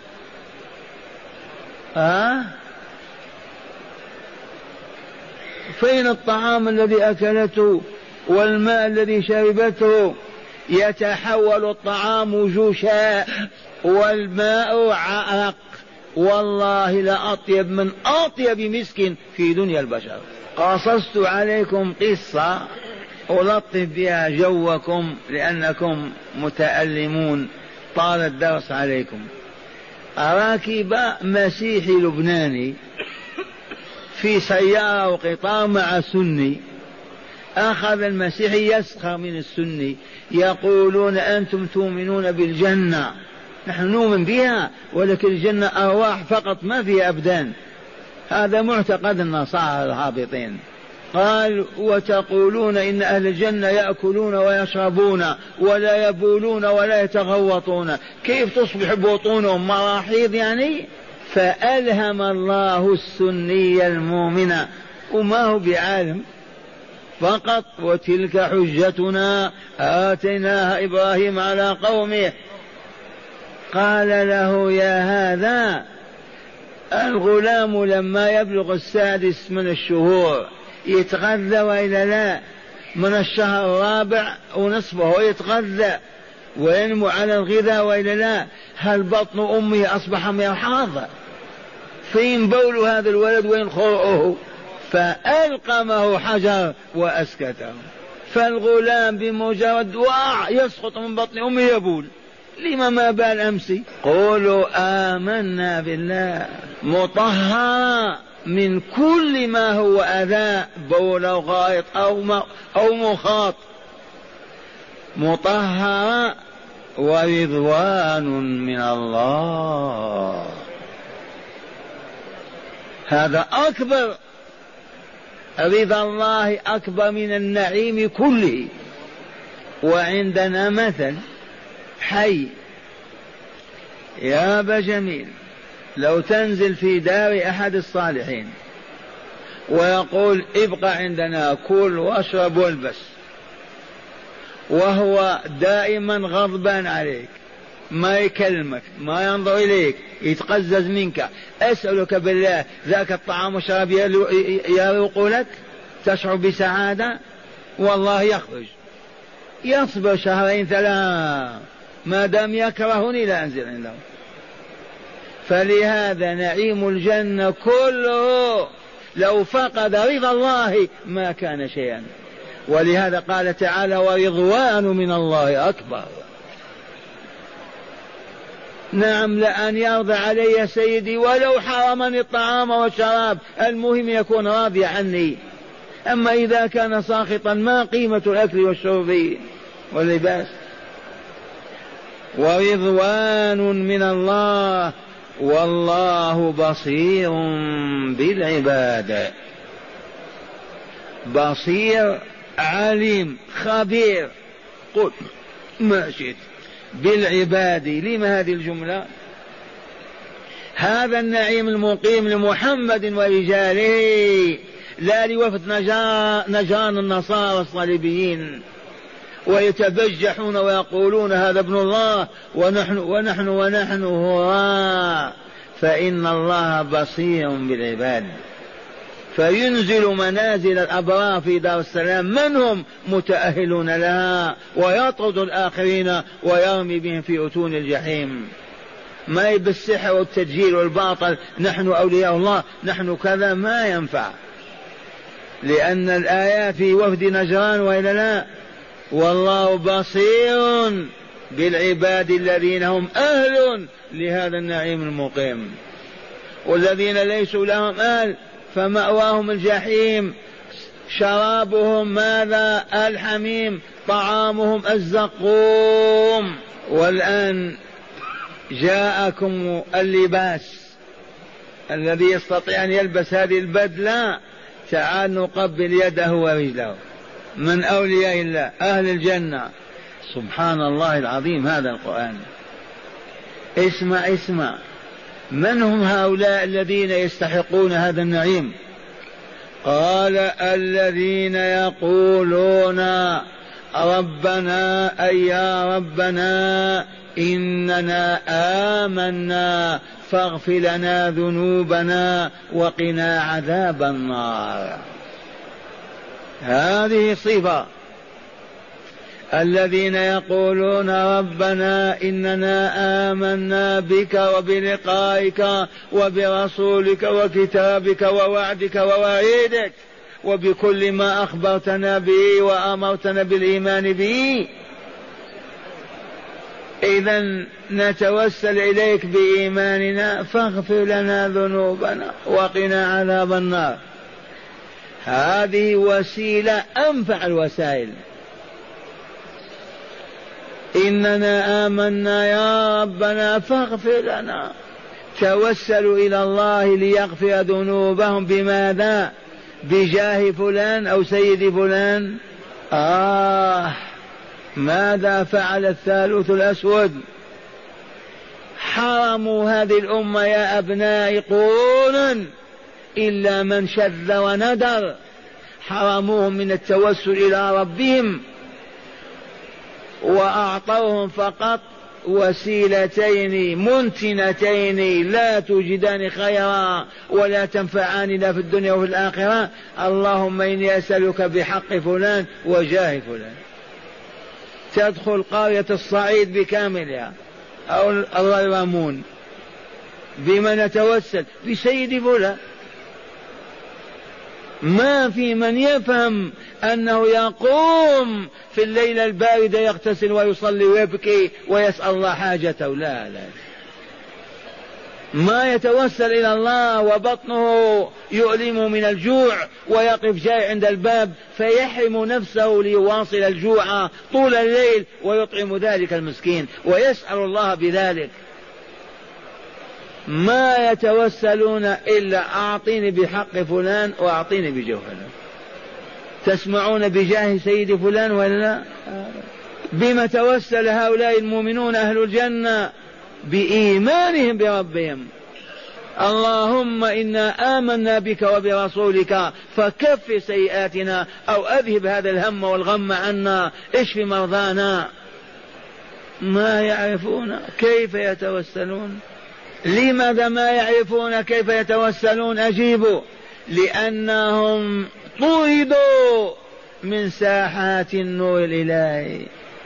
فين الطعام الذي أكلته والماء الذي شربته؟ يتحول الطعام جشاء والماء عرق. والله لأطيب من أطيب مسك في دنيا البشر. قصصت عليكم قصة ألطف بها جوكم لأنكم متألمون، طال الدرس عليكم. راكب مسيحي لبناني في سيارة وقطار مع سني، أخذ المسيحي يسخر من السني، يقولون أنتم تؤمنون بالجنة، نحن نؤمن بها ولكن الجنة أرواح فقط ما فيها أبدان، هذا معتقد النصارى الهابطين. قال وتقولون إن أهل الجنة يأكلون ويشربون ولا يبولون ولا يتغوطون، كيف تصبح بطونهم مراحيض يعني؟ فألهم الله السني المؤمن وما هو بعالم فقط. وتلك حجتنا آتيناها إبراهيم على قومه. قال له يا هذا الغلام لما يبلغ 6 من الشهور يتغذى وإلا لا؟ من الشهر 4 ونصفه يتغذى وينمو على الغذاء وإلا لا؟ هل بطن أمه أصبح مرحاض؟ فين بول هذا الولد وين خرؤه؟ فألقمه حجر وأسكته. فالغلام بمجرد يسقط من بطن أمه يبول. لما ما بال أمسي؟ قولوا آمنا بالله. مطهرة من كل ما هو أذى، بول أو غائط أو مخاط. مطهرة ورضوان من الله، هذا أكبر. رضا الله أكبر من النعيم كله. وعندنا مثل حي يا أبا جميل، لو تنزل في دار أحد الصالحين ويقول ابقى عندنا كل واشرب والبس، وهو دائما غضبان عليك، ما يكلمك، ما ينظر إليك، يتقزز منك، أسألك بالله ذاك الطعام والشراب يروق لك؟ تشعر بسعادة؟ والله يخرج يصبر 2 3 ما دام يكرهني لا أنزل عنده. فلهذا نعيم الجنة كله لو فقد رضا الله ما كان شيئا. ولهذا قال تعالى ورضوان من الله أكبر. نعم لأن يرضى علي سيدي ولو حرمني الطعام والشراب، المهم يكون راضي عني. أما إذا كان ساخطا ما قيمة الأكل والشرب واللباس؟ ورضوان من الله والله بصير بالعباد. بصير عليم خبير، قل ما شئت بالعباد. لما هذه الجملة؟ هذا النعيم المقيم لمحمد ورجاله، لا لوفد نجران النصارى الصليبيين، ويتبجحون ويقولون هذا ابن الله ونحن هو. فإن الله بصير بالعباد، فينزل منازل الأبرار في دار السلام من هم متأهلون لها، ويطرد الآخرين ويرمي بهم في أتون الجحيم. ما بالسحر والتدجيل والباطل نحن أولياء الله نحن كذا ما ينفع، لأن الآيات في وفد نجران وإلا لا. والله بصير بالعباد الذين هم أهل لهذا النعيم المقيم، والذين ليسوا لهم أهل فمأواهم الجحيم، شرابهم ماذا؟ الحميم، طعامهم الزقوم. والآن جاءكم اللباس الذي يستطيع أن يلبس هذه البدلة، تعال نقبل يده ورجله من أولياء الله أهل الجنة. سبحان الله العظيم، هذا القرآن. اسمع من هم هؤلاء الذين يستحقون هذا النعيم؟ قال الذين يقولون ربنا أي يا ربنا إننا آمنا فاغفر لنا ذنوبنا وقنا عذاب النار. هذه صفة الذين يقولون ربنا إننا آمنا بك وبلقائك وبرسولك وكتابك ووعدك ووعيدك وبكل ما أخبرتنا به وأمرتنا بالإيمان به، إذن نتوسل إليك بإيماننا فاغفر لنا ذنوبنا وقنا عذاب النار. هذه وسيلة أنفع الوسائل. إننا آمنا يا ربنا فاغفر لنا، توسلوا إلى الله ليغفر ذنوبهم بماذا؟ بجاه فلان أو سيد فلان. ماذا فعل الثالوث الأسود؟ حرموا هذه الأمة يا أبنائي قرونا إلا من شذ وندر، حرموهم من التوسل إلى ربهم، وأعطوهم فقط وسيلتين منتنتين لا توجدان خيرا ولا تنفعان لا في الدنيا وفي الآخرة. اللهم إني أسألك بحق فلان وجاه فلان. تدخل قرية الصعيد بكاملها أو الريمون، بما نتوسل؟ بسيد فلان. ما في من يفهم أنه يقوم في الليلة الباردة يغتسل ويصلي ويبكي ويسأل الله حاجته، لا ما يتوسل إلى الله وبطنه يؤلم من الجوع ويقف جاي عند الباب فيحرم نفسه ليواصل الجوع طول الليل ويطعم ذلك المسكين ويسأل الله بذلك. ما يتوسلون إلا أعطيني بحق فلان وأعطيني بجاه فلان. تسمعون بجاه سيد فلان ولا؟ بما توسل هؤلاء المؤمنون أهل الجنة؟ بإيمانهم بربهم. اللهم إنا آمنا بك وبرسولك فكفر سيئاتنا أو أذهب هذا الهم والغم عنا، اشف مرضانا. ما يعرفون كيف يتوسلون. لماذا ما يعرفون كيف يتوسلون؟ أجيبوا: لأنهم طردوا من ساحات النور الإلهي،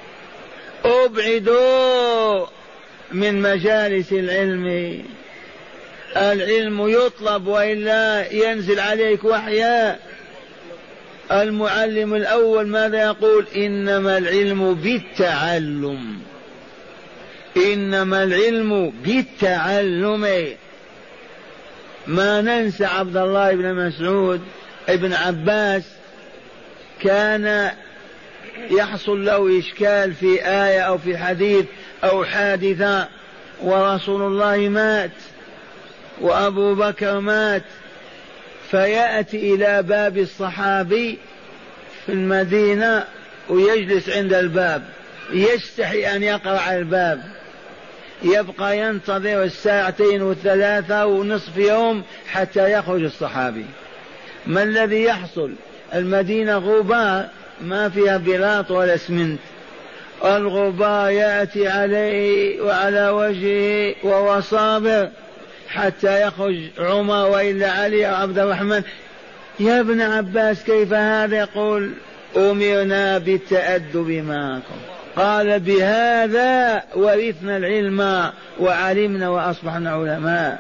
أبعدوا من مجالس العلم. العلم يطلب وإلا ينزل عليك وحيا. المعلم الأول ماذا يقول؟ إنما العلم بالتعلم، إنما العلم بالتعلم. ما ننسى عبد الله بن مسعود ابن عباس كان يحصل له إشكال في آية أو في حديث أو حادثة، ورسول الله مات وأبو بكر مات، فيأتي إلى باب الصحابي في المدينة ويجلس عند الباب، يستحي أن يقرع الباب. يبقى ينتظر الساعتين والثلاثة ونصف يوم حتى يخرج الصحابي. ما الذي يحصل؟ المدينة غبار ما فيها بلاط ولا اسمنت، الغبار يأتي عليه وعلى وجهه وهو صابر حتى يخرج عمر وإلا علي أو عبد الرحمن: يا ابن عباس كيف هذا؟ يقول: أمرنا بالتأدب معكم. قال: بهذا ورثنا العلم وعلمنا وأصبحنا علماء.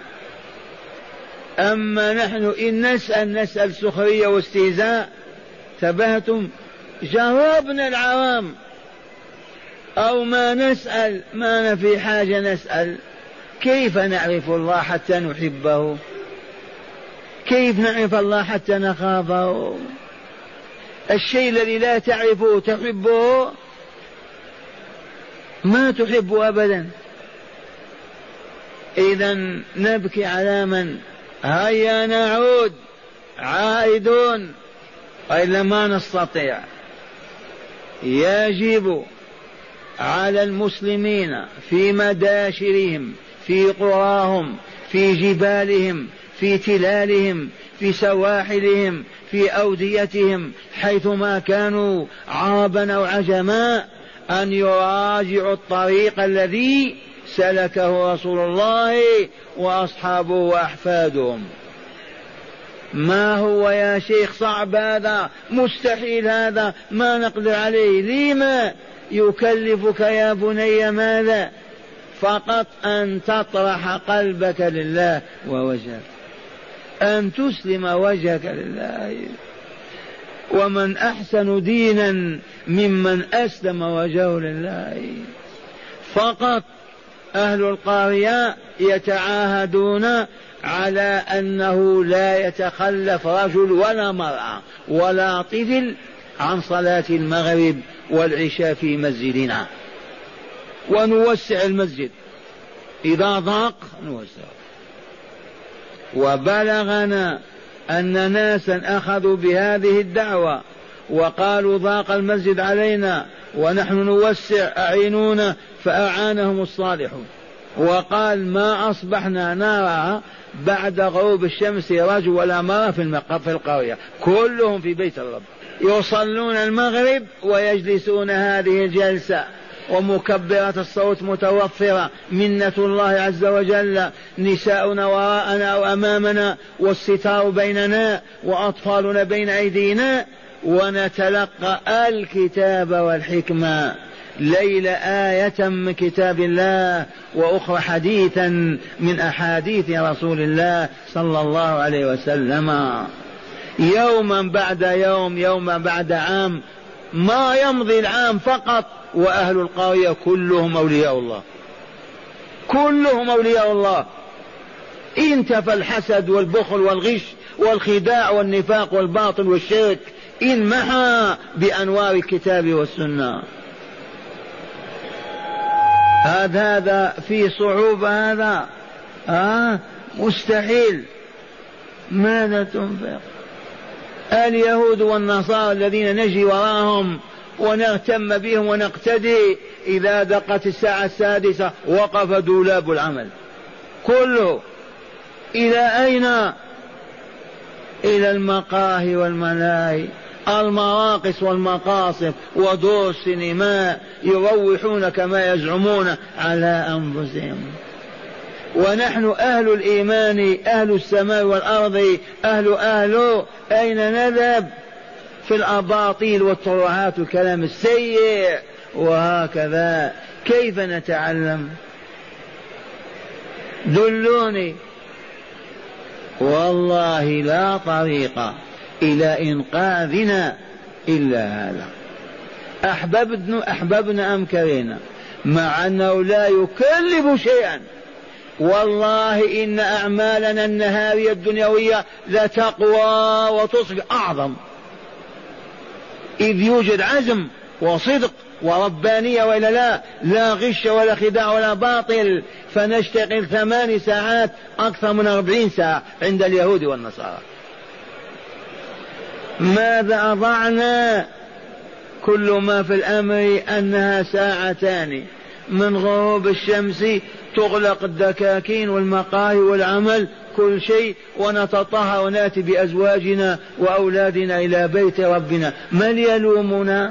أما نحن إن نسأل سخرية واستهزاء. تبهتم؟ جربنا العوام أو ما نسأل، ما في حاجة نسأل. كيف نعرف الله حتى نحبه؟ كيف نعرف الله حتى نخافه؟ الشيء الذي لا تعرفه تحبه؟ ما تحبه أبدا. إذن نبكي على من؟ هيا نعود عائدون، إلا ما نستطيع. يجب على المسلمين في مداشرهم، في قراهم، في جبالهم، في تلالهم، في سواحلهم، في أوديتهم، حيثما كانوا عربا أو عجما، أن يراجعوا الطريق الذي سلكه رسول الله وأصحابه وأحفادهم. ما هو يا شيخ صعب هذا؟ مستحيل هذا، ما نقدر عليه. لما يكلفك يا بني؟ ماذا؟ فقط أن تطرح قلبك لله ووجهك، أن تسلم وجهك لله. ومن أحسن دينا ممن أسلم وجهه لله. فقط أهل القرية يتعاهدون على أنه لا يتخلف رجل ولا مرأة ولا طفل عن صلاة المغرب والعشاء في مسجدنا، ونوسع المسجد إذا ضاق نوسع. وبلغنا أن ناسا أخذوا بهذه الدعوة وقالوا: ضاق المسجد علينا ونحن نوسع، أعينونا، فأعانهم الصالحون. وقال: ما أصبحنا نرى بعد غروب الشمس رجل ولا مرة في القرية، كلهم في بيت الرب يصلون المغرب ويجلسون هذه الجلسة، ومكبرات الصوت متوفرة، منة الله عز وجل، نساؤنا وراءنا وأمامنا، والستار بيننا، وأطفالنا بين أيدينا، ونتلقى الكتاب والحكمة. ليلة آية من كتاب الله، وأخرى حديثا من أحاديث رسول الله صلى الله عليه وسلم. يوما بعد يوم، يوما بعد عام، ما يمضي العام فقط وأهل القرية كلهم أولياء الله، كلهم أولياء الله. انتفى الحسد والبخل والغش والخداع والنفاق والباطل والشرك، انمحى بأنوار الكتاب والسنة. هذا في صعوبة، هذا مستحيل. ماذا تنفق؟ اليهود والنصارى الذين نجي وراهم ونهتم بهم ونقتدي، إذا دقت الساعة 6 وقف دولاب العمل كله. إلى أين؟ إلى المقاهي والملاهي، المراقص والمقاصف ودور السينما، يروحون كما يزعمون على أنفسهم. ونحن أهل الإيمان، أهل السماء والأرض، أهل أين نذهب؟ في الأباطيل والترعات والكلام السيء. وهكذا كيف نتعلم؟ دلوني. والله لا طريق إلى إنقاذنا إلا هذا. أحببنا أم كرهنا، مع أنه لا يكلف شيئا. والله إن أعمالنا النهارية الدنيوية لتقوى وتصبح أعظم، إذ يوجد عزم وصدق وربانية، وإلا لا غش ولا خداع ولا باطل. فنشتغل 8 ساعات أكثر من 40 ساعة عند اليهود والنصارى. ماذا أضعنا؟ كل ما في الأمر أنها 2 ساعة من غروب الشمس تغلق الدكاكين والمقاهي والعمل كل شيء، ونتطهر وناتي بأزواجنا وأولادنا إلى بيت ربنا، من يلومنا؟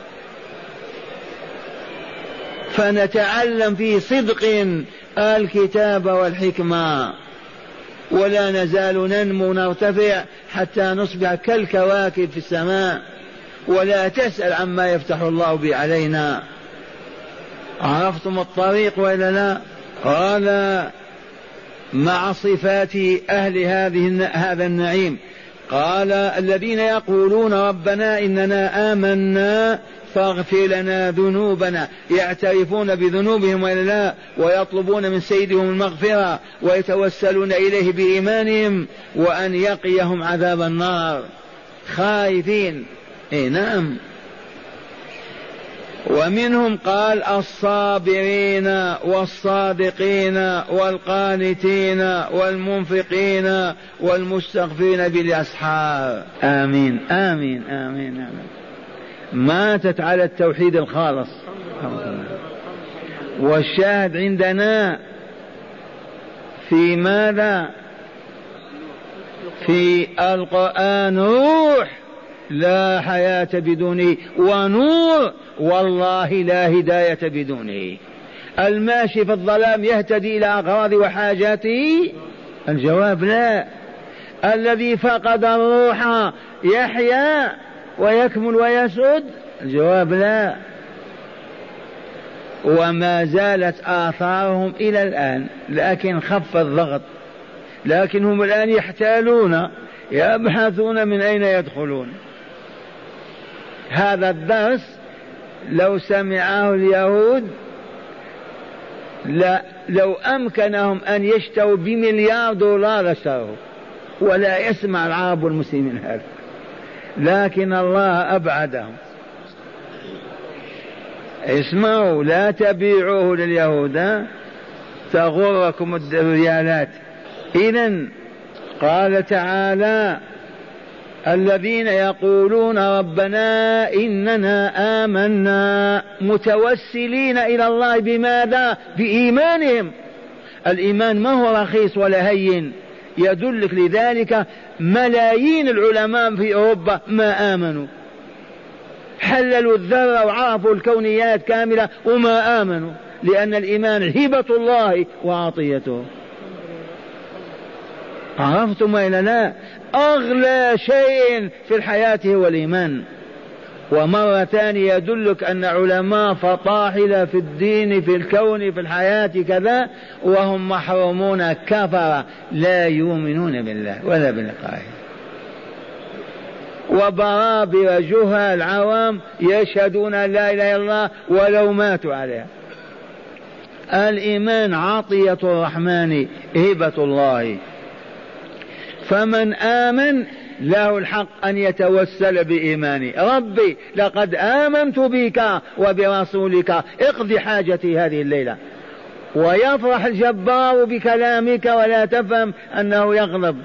فنتعلم في صدق الكتاب والحكمة، ولا نزال ننمو نرتفع حتى نصبح كالكواكب في السماء، ولا تسأل عما يفتح الله به علينا. عرفتم الطريق وإلا لا؟ قال مع صفات أهل هذا النعيم، قال الذين يقولون ربنا إننا آمنا فاغفر لنا ذنوبنا، يعترفون بذنوبهم وإلا لا، ويطلبون من سيدهم المغفرة ويتوسلون إليه بإيمانهم وأن يقيهم عذاب النار، خائفين. نعم. ومنهم قال الصابرين والصادقين والقانتين والمنفقين والمستغفرين بالأسحار. آمين آمين آمين آمين. ماتت على التوحيد الخالص. والشاهد عندنا في ماذا؟ في القرآن روح لا حياة بدونه، ونور والله لا هداية بدونه. الماشي في الظلام يهتدي إلى أغراض وحاجاته؟ الجواب لا. الذي فقد الروح يحيا ويكمل ويسعد؟ الجواب لا. وما زالت آثارهم إلى الآن، لكن خف الضغط، لكنهم الآن يحتالون يبحثون من أين يدخلون. هذا الدرس لو سمعه اليهود لو أمكنهم أن يشتروا بمليار دولار اشتروه، ولا يسمع العرب والمسلمين هذا، لكن الله أبعدهم. اسمعوا، لا تبيعوه لليهود تغركم الريالات. إذن قال تعالى الذين يقولون ربنا إننا آمنا، متوسلين إلى الله بماذا؟ بإيمانهم. الإيمان ما هو رخيص ولا هين، يدلك لذلك ملايين العلماء في أوروبا ما آمنوا، حللوا الذرة وعرفوا الكونيات كاملة وما آمنوا، لأن الإيمان هبة الله وعطيته. عرفتم وإلا لا؟ أغلى شيء في الحياة هو الإيمان. ومرة ثانية يدلك أن علماء فطاحلة في الدين في الكون في الحياة كذا وهم محرومون كفرة لا يؤمنون بالله ولا بلقائه. وبرابر جهال عوام يشهدون لا إله إلا الله ولو ماتوا عليها. الإيمان عطية الرحمن هبة الله، فمن آمن له الحق أن يتوسل بإيمانه. ربي لقد آمنت بك وبرسولك اقضي حاجتي هذه الليلة. ويفرح الجبار بكلامك ولا تفهم أنه يغضب.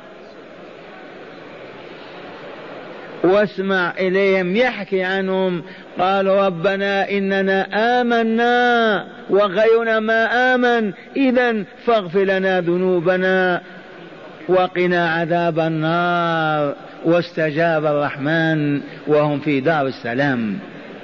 واسمع إليهم يحكي عنهم، قالوا ربنا إننا آمنا وغيرنا ما آمن، إذن فاغفر لنا ذنوبنا وقنا عذاب النار. واستجاب الرحمن وهم في دار السلام.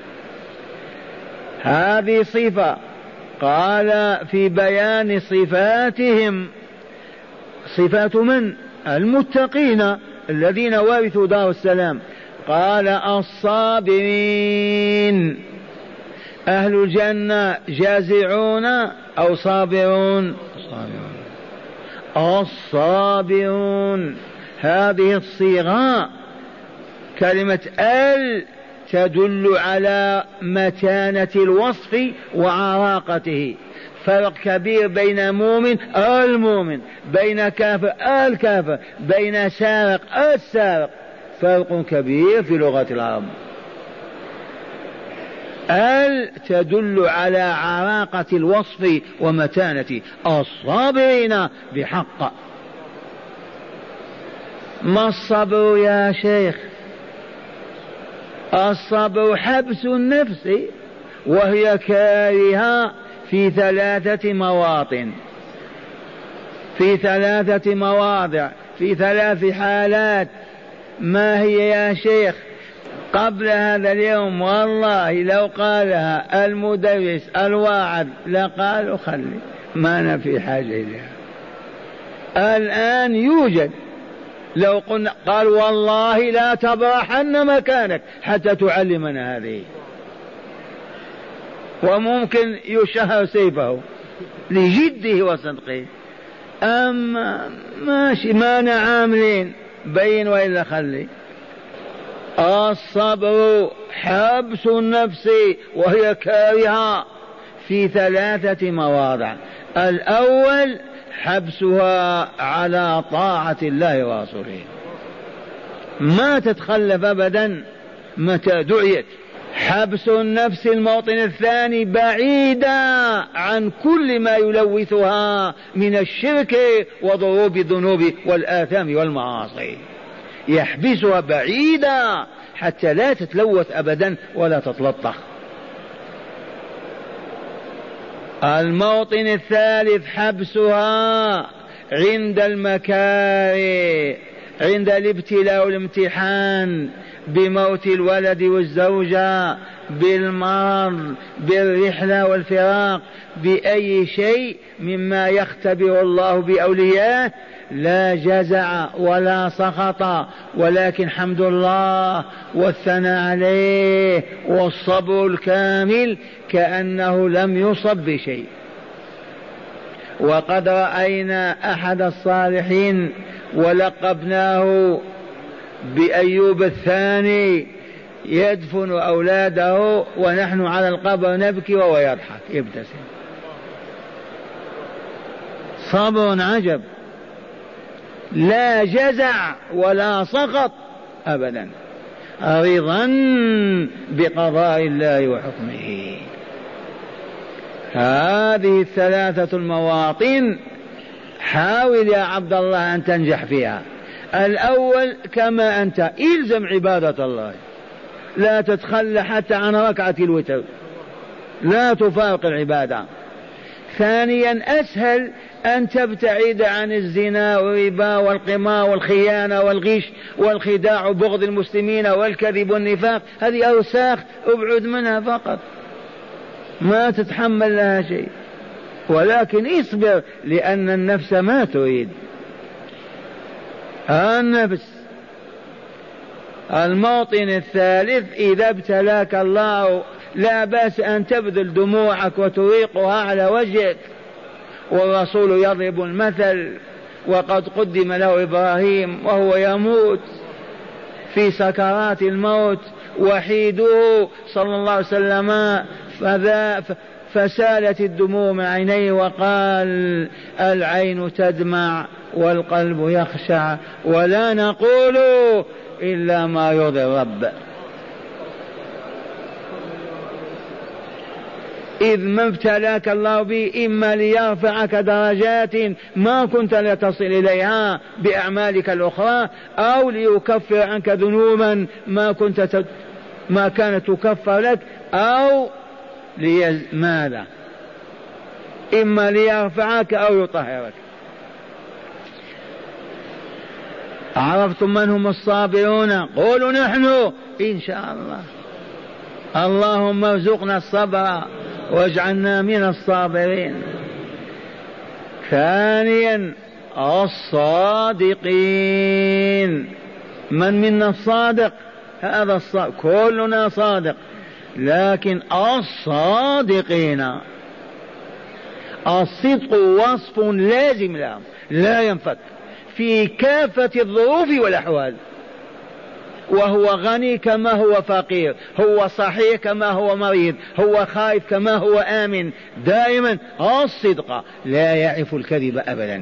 هذه صفة. قال في بيان صفاتهم، صفات من؟ المتقين الذين ورثوا دار السلام. قال الصابرين، أهل الجنة جازعون أو صابرون؟ الصابرون. هذه الصيغة كلمة ال تدل على متانة الوصف وعراقته. فرق كبير بين مؤمن المؤمن، بين كافر الكافر، بين سارق السارق، فرق كبير في لغة العرب. ال تدل على عراقة الوصف ومتانة. الصابرين بحق. ما الصبر يا شيخ؟ الصبر حبس النفس وهي كارهة في 3 مواطن. في 3 مواضع، في 3 حالات. ما هي يا شيخ؟ قبل هذا اليوم والله لو قالها المدرس الواعظ لقالوا خلي، ما أنا في حاجة إليها. الآن يوجد، لو قلنا قال والله لا تبرحن مكانك حتى تعلمنا هذه، وممكن يشهر سيفه لجده وصدقه. أما ماشي، ما أنا عاملين بين وإلا خلي. الصبر حبس النفس وهي كارهة في 3 مواضع. الأول حبسها على طاعة الله ورسوله، ما تتخلف أبدا متى دعيت. حبس النفس الموطن الثاني بعيدا عن كل ما يلوثها من الشرك وضروب الذنوب والآثام والمعاصي، يحبسها بعيدا حتى لا تتلوث أبدا ولا تتلطخ. الموطن الثالث حبسها عند المكاره، عند الابتلاء والامتحان، بموت الولد والزوجة، بالمرض، بالرحلة والفراق، بأي شيء مما يختبر الله بأوليائه. لا جزع ولا سخط، ولكن حمد الله والثناء عليه والصبر الكامل كأنه لم يصب بشيء. وقد رأينا أحد الصالحين ولقبناه بأيوب الثاني يدفن أولاده ونحن على القبر نبكي وهو يضحك يبتسم. صبر عجب، لا جزع ولا سخط أبدا، رضا بقضاء الله وحكمه. هذه 3 المواطن حاول يا عبد الله أن تنجح فيها. الأول كما أنت إلزم عبادة الله، لا تتخلى حتى عن ركعة الوتر، لا تفارق العبادة. ثانيا أسهل أن تبتعد عن الزنا والربا والقمار والخيانة والغش والخداع وبغض المسلمين والكذب والنفاق، هذه أوساخ ابعد منها فقط، ما تتحمل لها شيء، ولكن اصبر لأن النفس ما تريد. النفس. الموطن الثالث إذا ابتلاك الله لا بأس أن تبذل دموعك وتريقها على وجهك، والرسول يضرب المثل، وقد قدم له إبراهيم وهو يموت في سكرات الموت وحيده صلى الله عليه وسلم، فسالت الدموع من عينيه وقال العين تدمع والقلب يخشع ولا نقول إلا ما يرضي الرب. إذ ما ابتلاك الله به إما ليرفعك درجات ما كنت لتصل إليها بأعمالك الأخرى، أو ليكفر عنك ذنوبا ما كانت تكفر لك، أو ماذا؟ إما ليرفعك أو يطهرك. عرفتم من هم الصابرون؟ قولوا نحن إن شاء الله. اللهم ارزقنا الصبر واجعلنا من الصابرين. ثانيا الصادقين. من منا الصادق؟ هذا الصادق، كلنا صادق، لكن الصادقين الصدق وصف لازم لهم لا ينفك في كافة الظروف والأحوال، وهو غني كما هو فقير، هو صحيح كما هو مريض، هو خائف كما هو آمن، دائما الصدق، لا يعرف الكذب أبدا،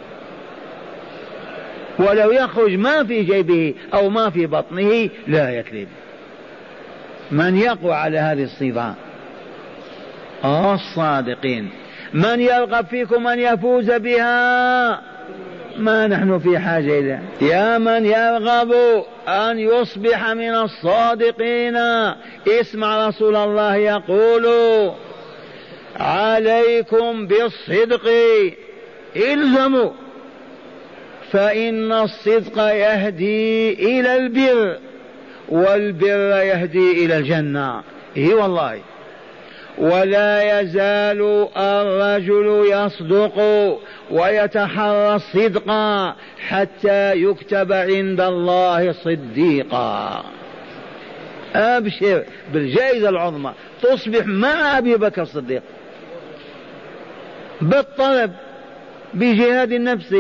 ولو يخرج ما في جيبه أو ما في بطنه لا يكذب. من يقوى على هذه الصفة؟ الصادقين. من يرغب فيكم أن يفوز بها؟ ما نحن في حاجة إليه. يا من يرغب أن يصبح من الصادقين اسمع رسول الله يقول عليكم بالصدق، الزموا فإن الصدق يهدي إلى البر، والبر يهدي إلى الجنة. إيه والله. ولا يزال الرجل يصدق ويتحرى الصدق حتى يكتب عند الله صديقا. أبشر بالجائزة العظمى، تصبح مع أبي بكر الصديق بالطلب بجهاد النفس.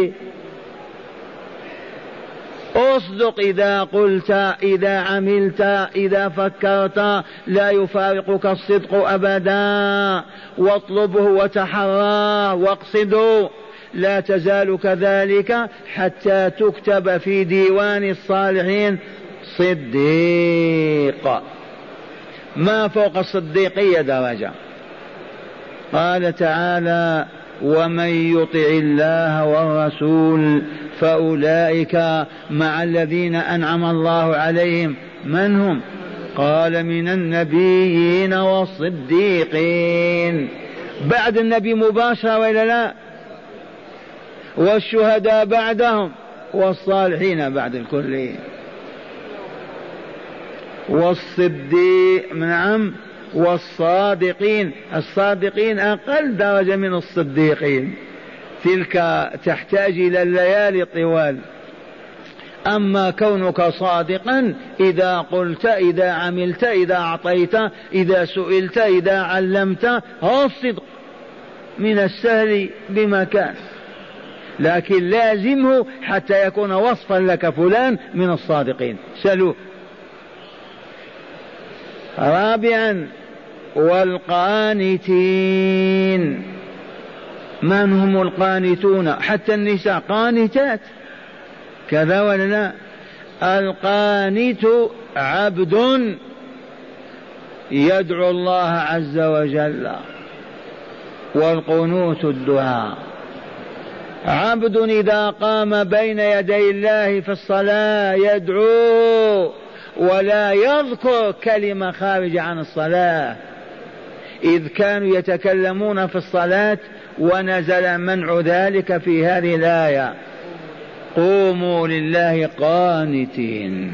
اصدق إذا قلت، إذا عملت، إذا فكرت، لا يفارقك الصدق أبدا. واطلبه وتحراه واقصده، لا تزال كذلك حتى تكتب في ديوان الصالحين صديق. ما فوق الصديقية درجة. قال تعالى: ومن يطع الله والرسول فأولئك مع الذين أنعم الله عليهم. من هم؟ قال: من النبيين والصديقين، بعد النبي مباشرة وإلا لا؟ والشهداء بعدهم، والصالحين بعد الكل، والصديق نعم، والصادقين. الصادقين أقل درجة من الصديقين، تلك تحتاج إلى الليالي طوال. أما كونك صادقا إذا قلت، إذا عملت، إذا أعطيت، إذا سئلت، إذا علمت، هو الصدق من السهل بمكان، لكن لازمه حتى يكون وصفا لك فلان من الصادقين. سلوه. رابعا: والقانتين. من هم القانتون؟ حتى النساء قانتات، كذا ولا لا؟ القانت عبد يدعو الله عز وجل، والقنوت الدعاء. عبد إذا قام بين يدي الله في الصلاة يدعو ولا يذكر كلمة خارجة عن الصلاة، إذ كانوا يتكلمون في الصلاة ونزل منع ذلك في هذه الآية: قوموا لله قانتين.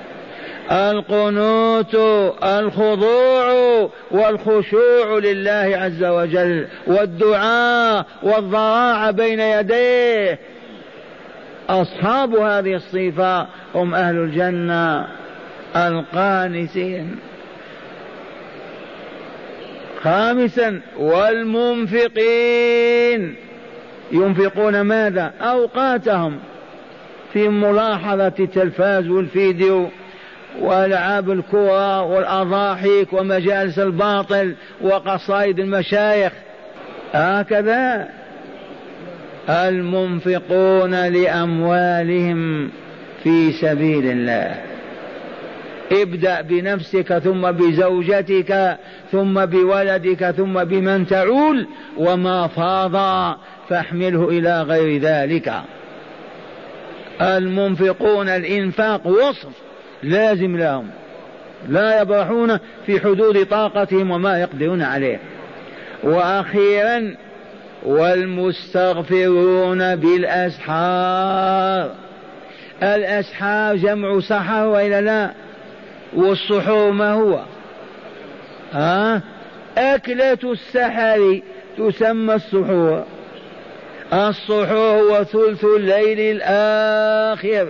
القنوت الخضوع والخشوع لله عز وجل، والدعاء والضراعة بين يديه. أصحاب هذه الصفة هم أهل الجنة، القانتين. خامسا: والمنفقين. ينفقون ماذا؟ أوقاتهم في ملاحظة التلفاز والفيديو وألعاب الكرة والأضاحيك ومجالس الباطل وقصائد المشايخ، هكذا. المنفقون لأموالهم في سبيل الله. ابدأ بنفسك، ثم بزوجتك، ثم بولدك، ثم بمن تعول، وما فاض فاحمله إلى غير ذلك. المنفقون الإنفاق وصف لازم لهم، لا يبرحون في حدود طاقتهم وما يقدرون عليه. وأخيرا: والمستغفرون بالأسحار. الأسحار جمع سحر وإلا لا؟ والسحور ما هو؟ أكلة السحر تسمى السحور. السحور هو ثلث الليل الآخر،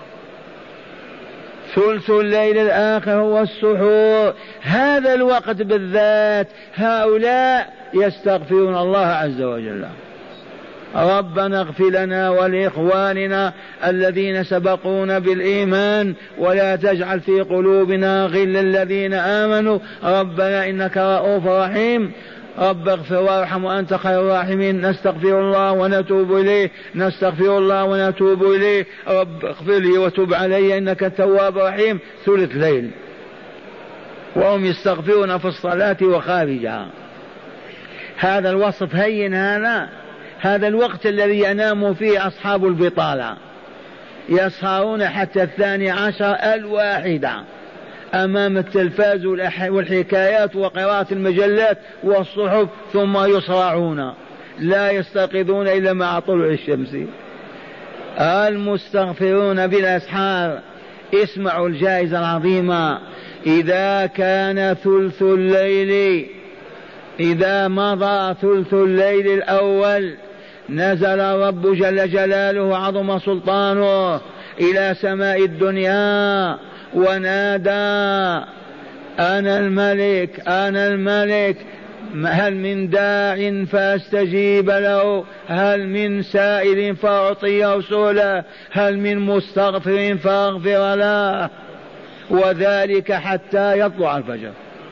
ثلث الليل الآخر هو السحور. هذا الوقت بالذات هؤلاء يستغفرون الله عز وجل: ربنا اغفر لنا ولإخواننا الذين سبقونا بالإيمان ولا تجعل في قلوبنا غلا للذين آمنوا ربنا إنك رؤوف رحيم. رب اغفر وارحم وأنت خير الراحمين. نستغفر الله ونتوب إليه، نستغفر الله ونتوب إليه. رب اغفر لي وتب علي إنك التواب الرحيم. ثلث ليل وهم يستغفرون في الصلاة وخارجها. هذا الوصف هين. هذا الوقت الذي ينام فيه أصحاب البطالة، يسهرون حتى 12 الواحدة أمام التلفاز والحكايات وقراءة المجلات والصحف، ثم يصرعون لا يستيقظون إلا مع طلوع الشمس. المستغفرون بالأسحار. اسمعوا الجائزة العظيمة. إذا كان ثلث الليل، إذا مضى ثلث الليل الأول، نزل الرب جل جلاله عظم سلطانه إلى سماء الدنيا ونادى: أنا الملك أنا الملك، هل من داع فاستجيب له، هل من سائل فأعطيه سؤله، هل من مستغفر فاغفر له، وذلك حتى يطلع الفجر.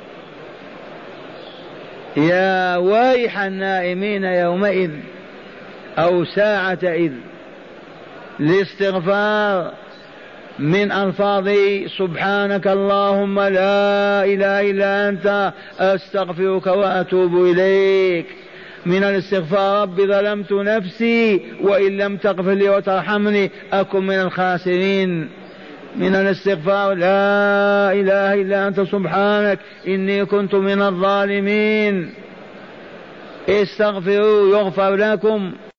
يا ويح النائمين يومئذ أو ساعة إذ. الاستغفار من ألفاظ سبحانك اللهم لا إله إلا أنت أستغفرك وأتوب إليك. من الاستغفار: رب ظلمت نفسي وإن لم تغفر لي وترحمني أكن من الخاسرين. من الاستغفار: لا إله إلا أنت سبحانك إني كنت من الظالمين. استغفروا يغفر لكم.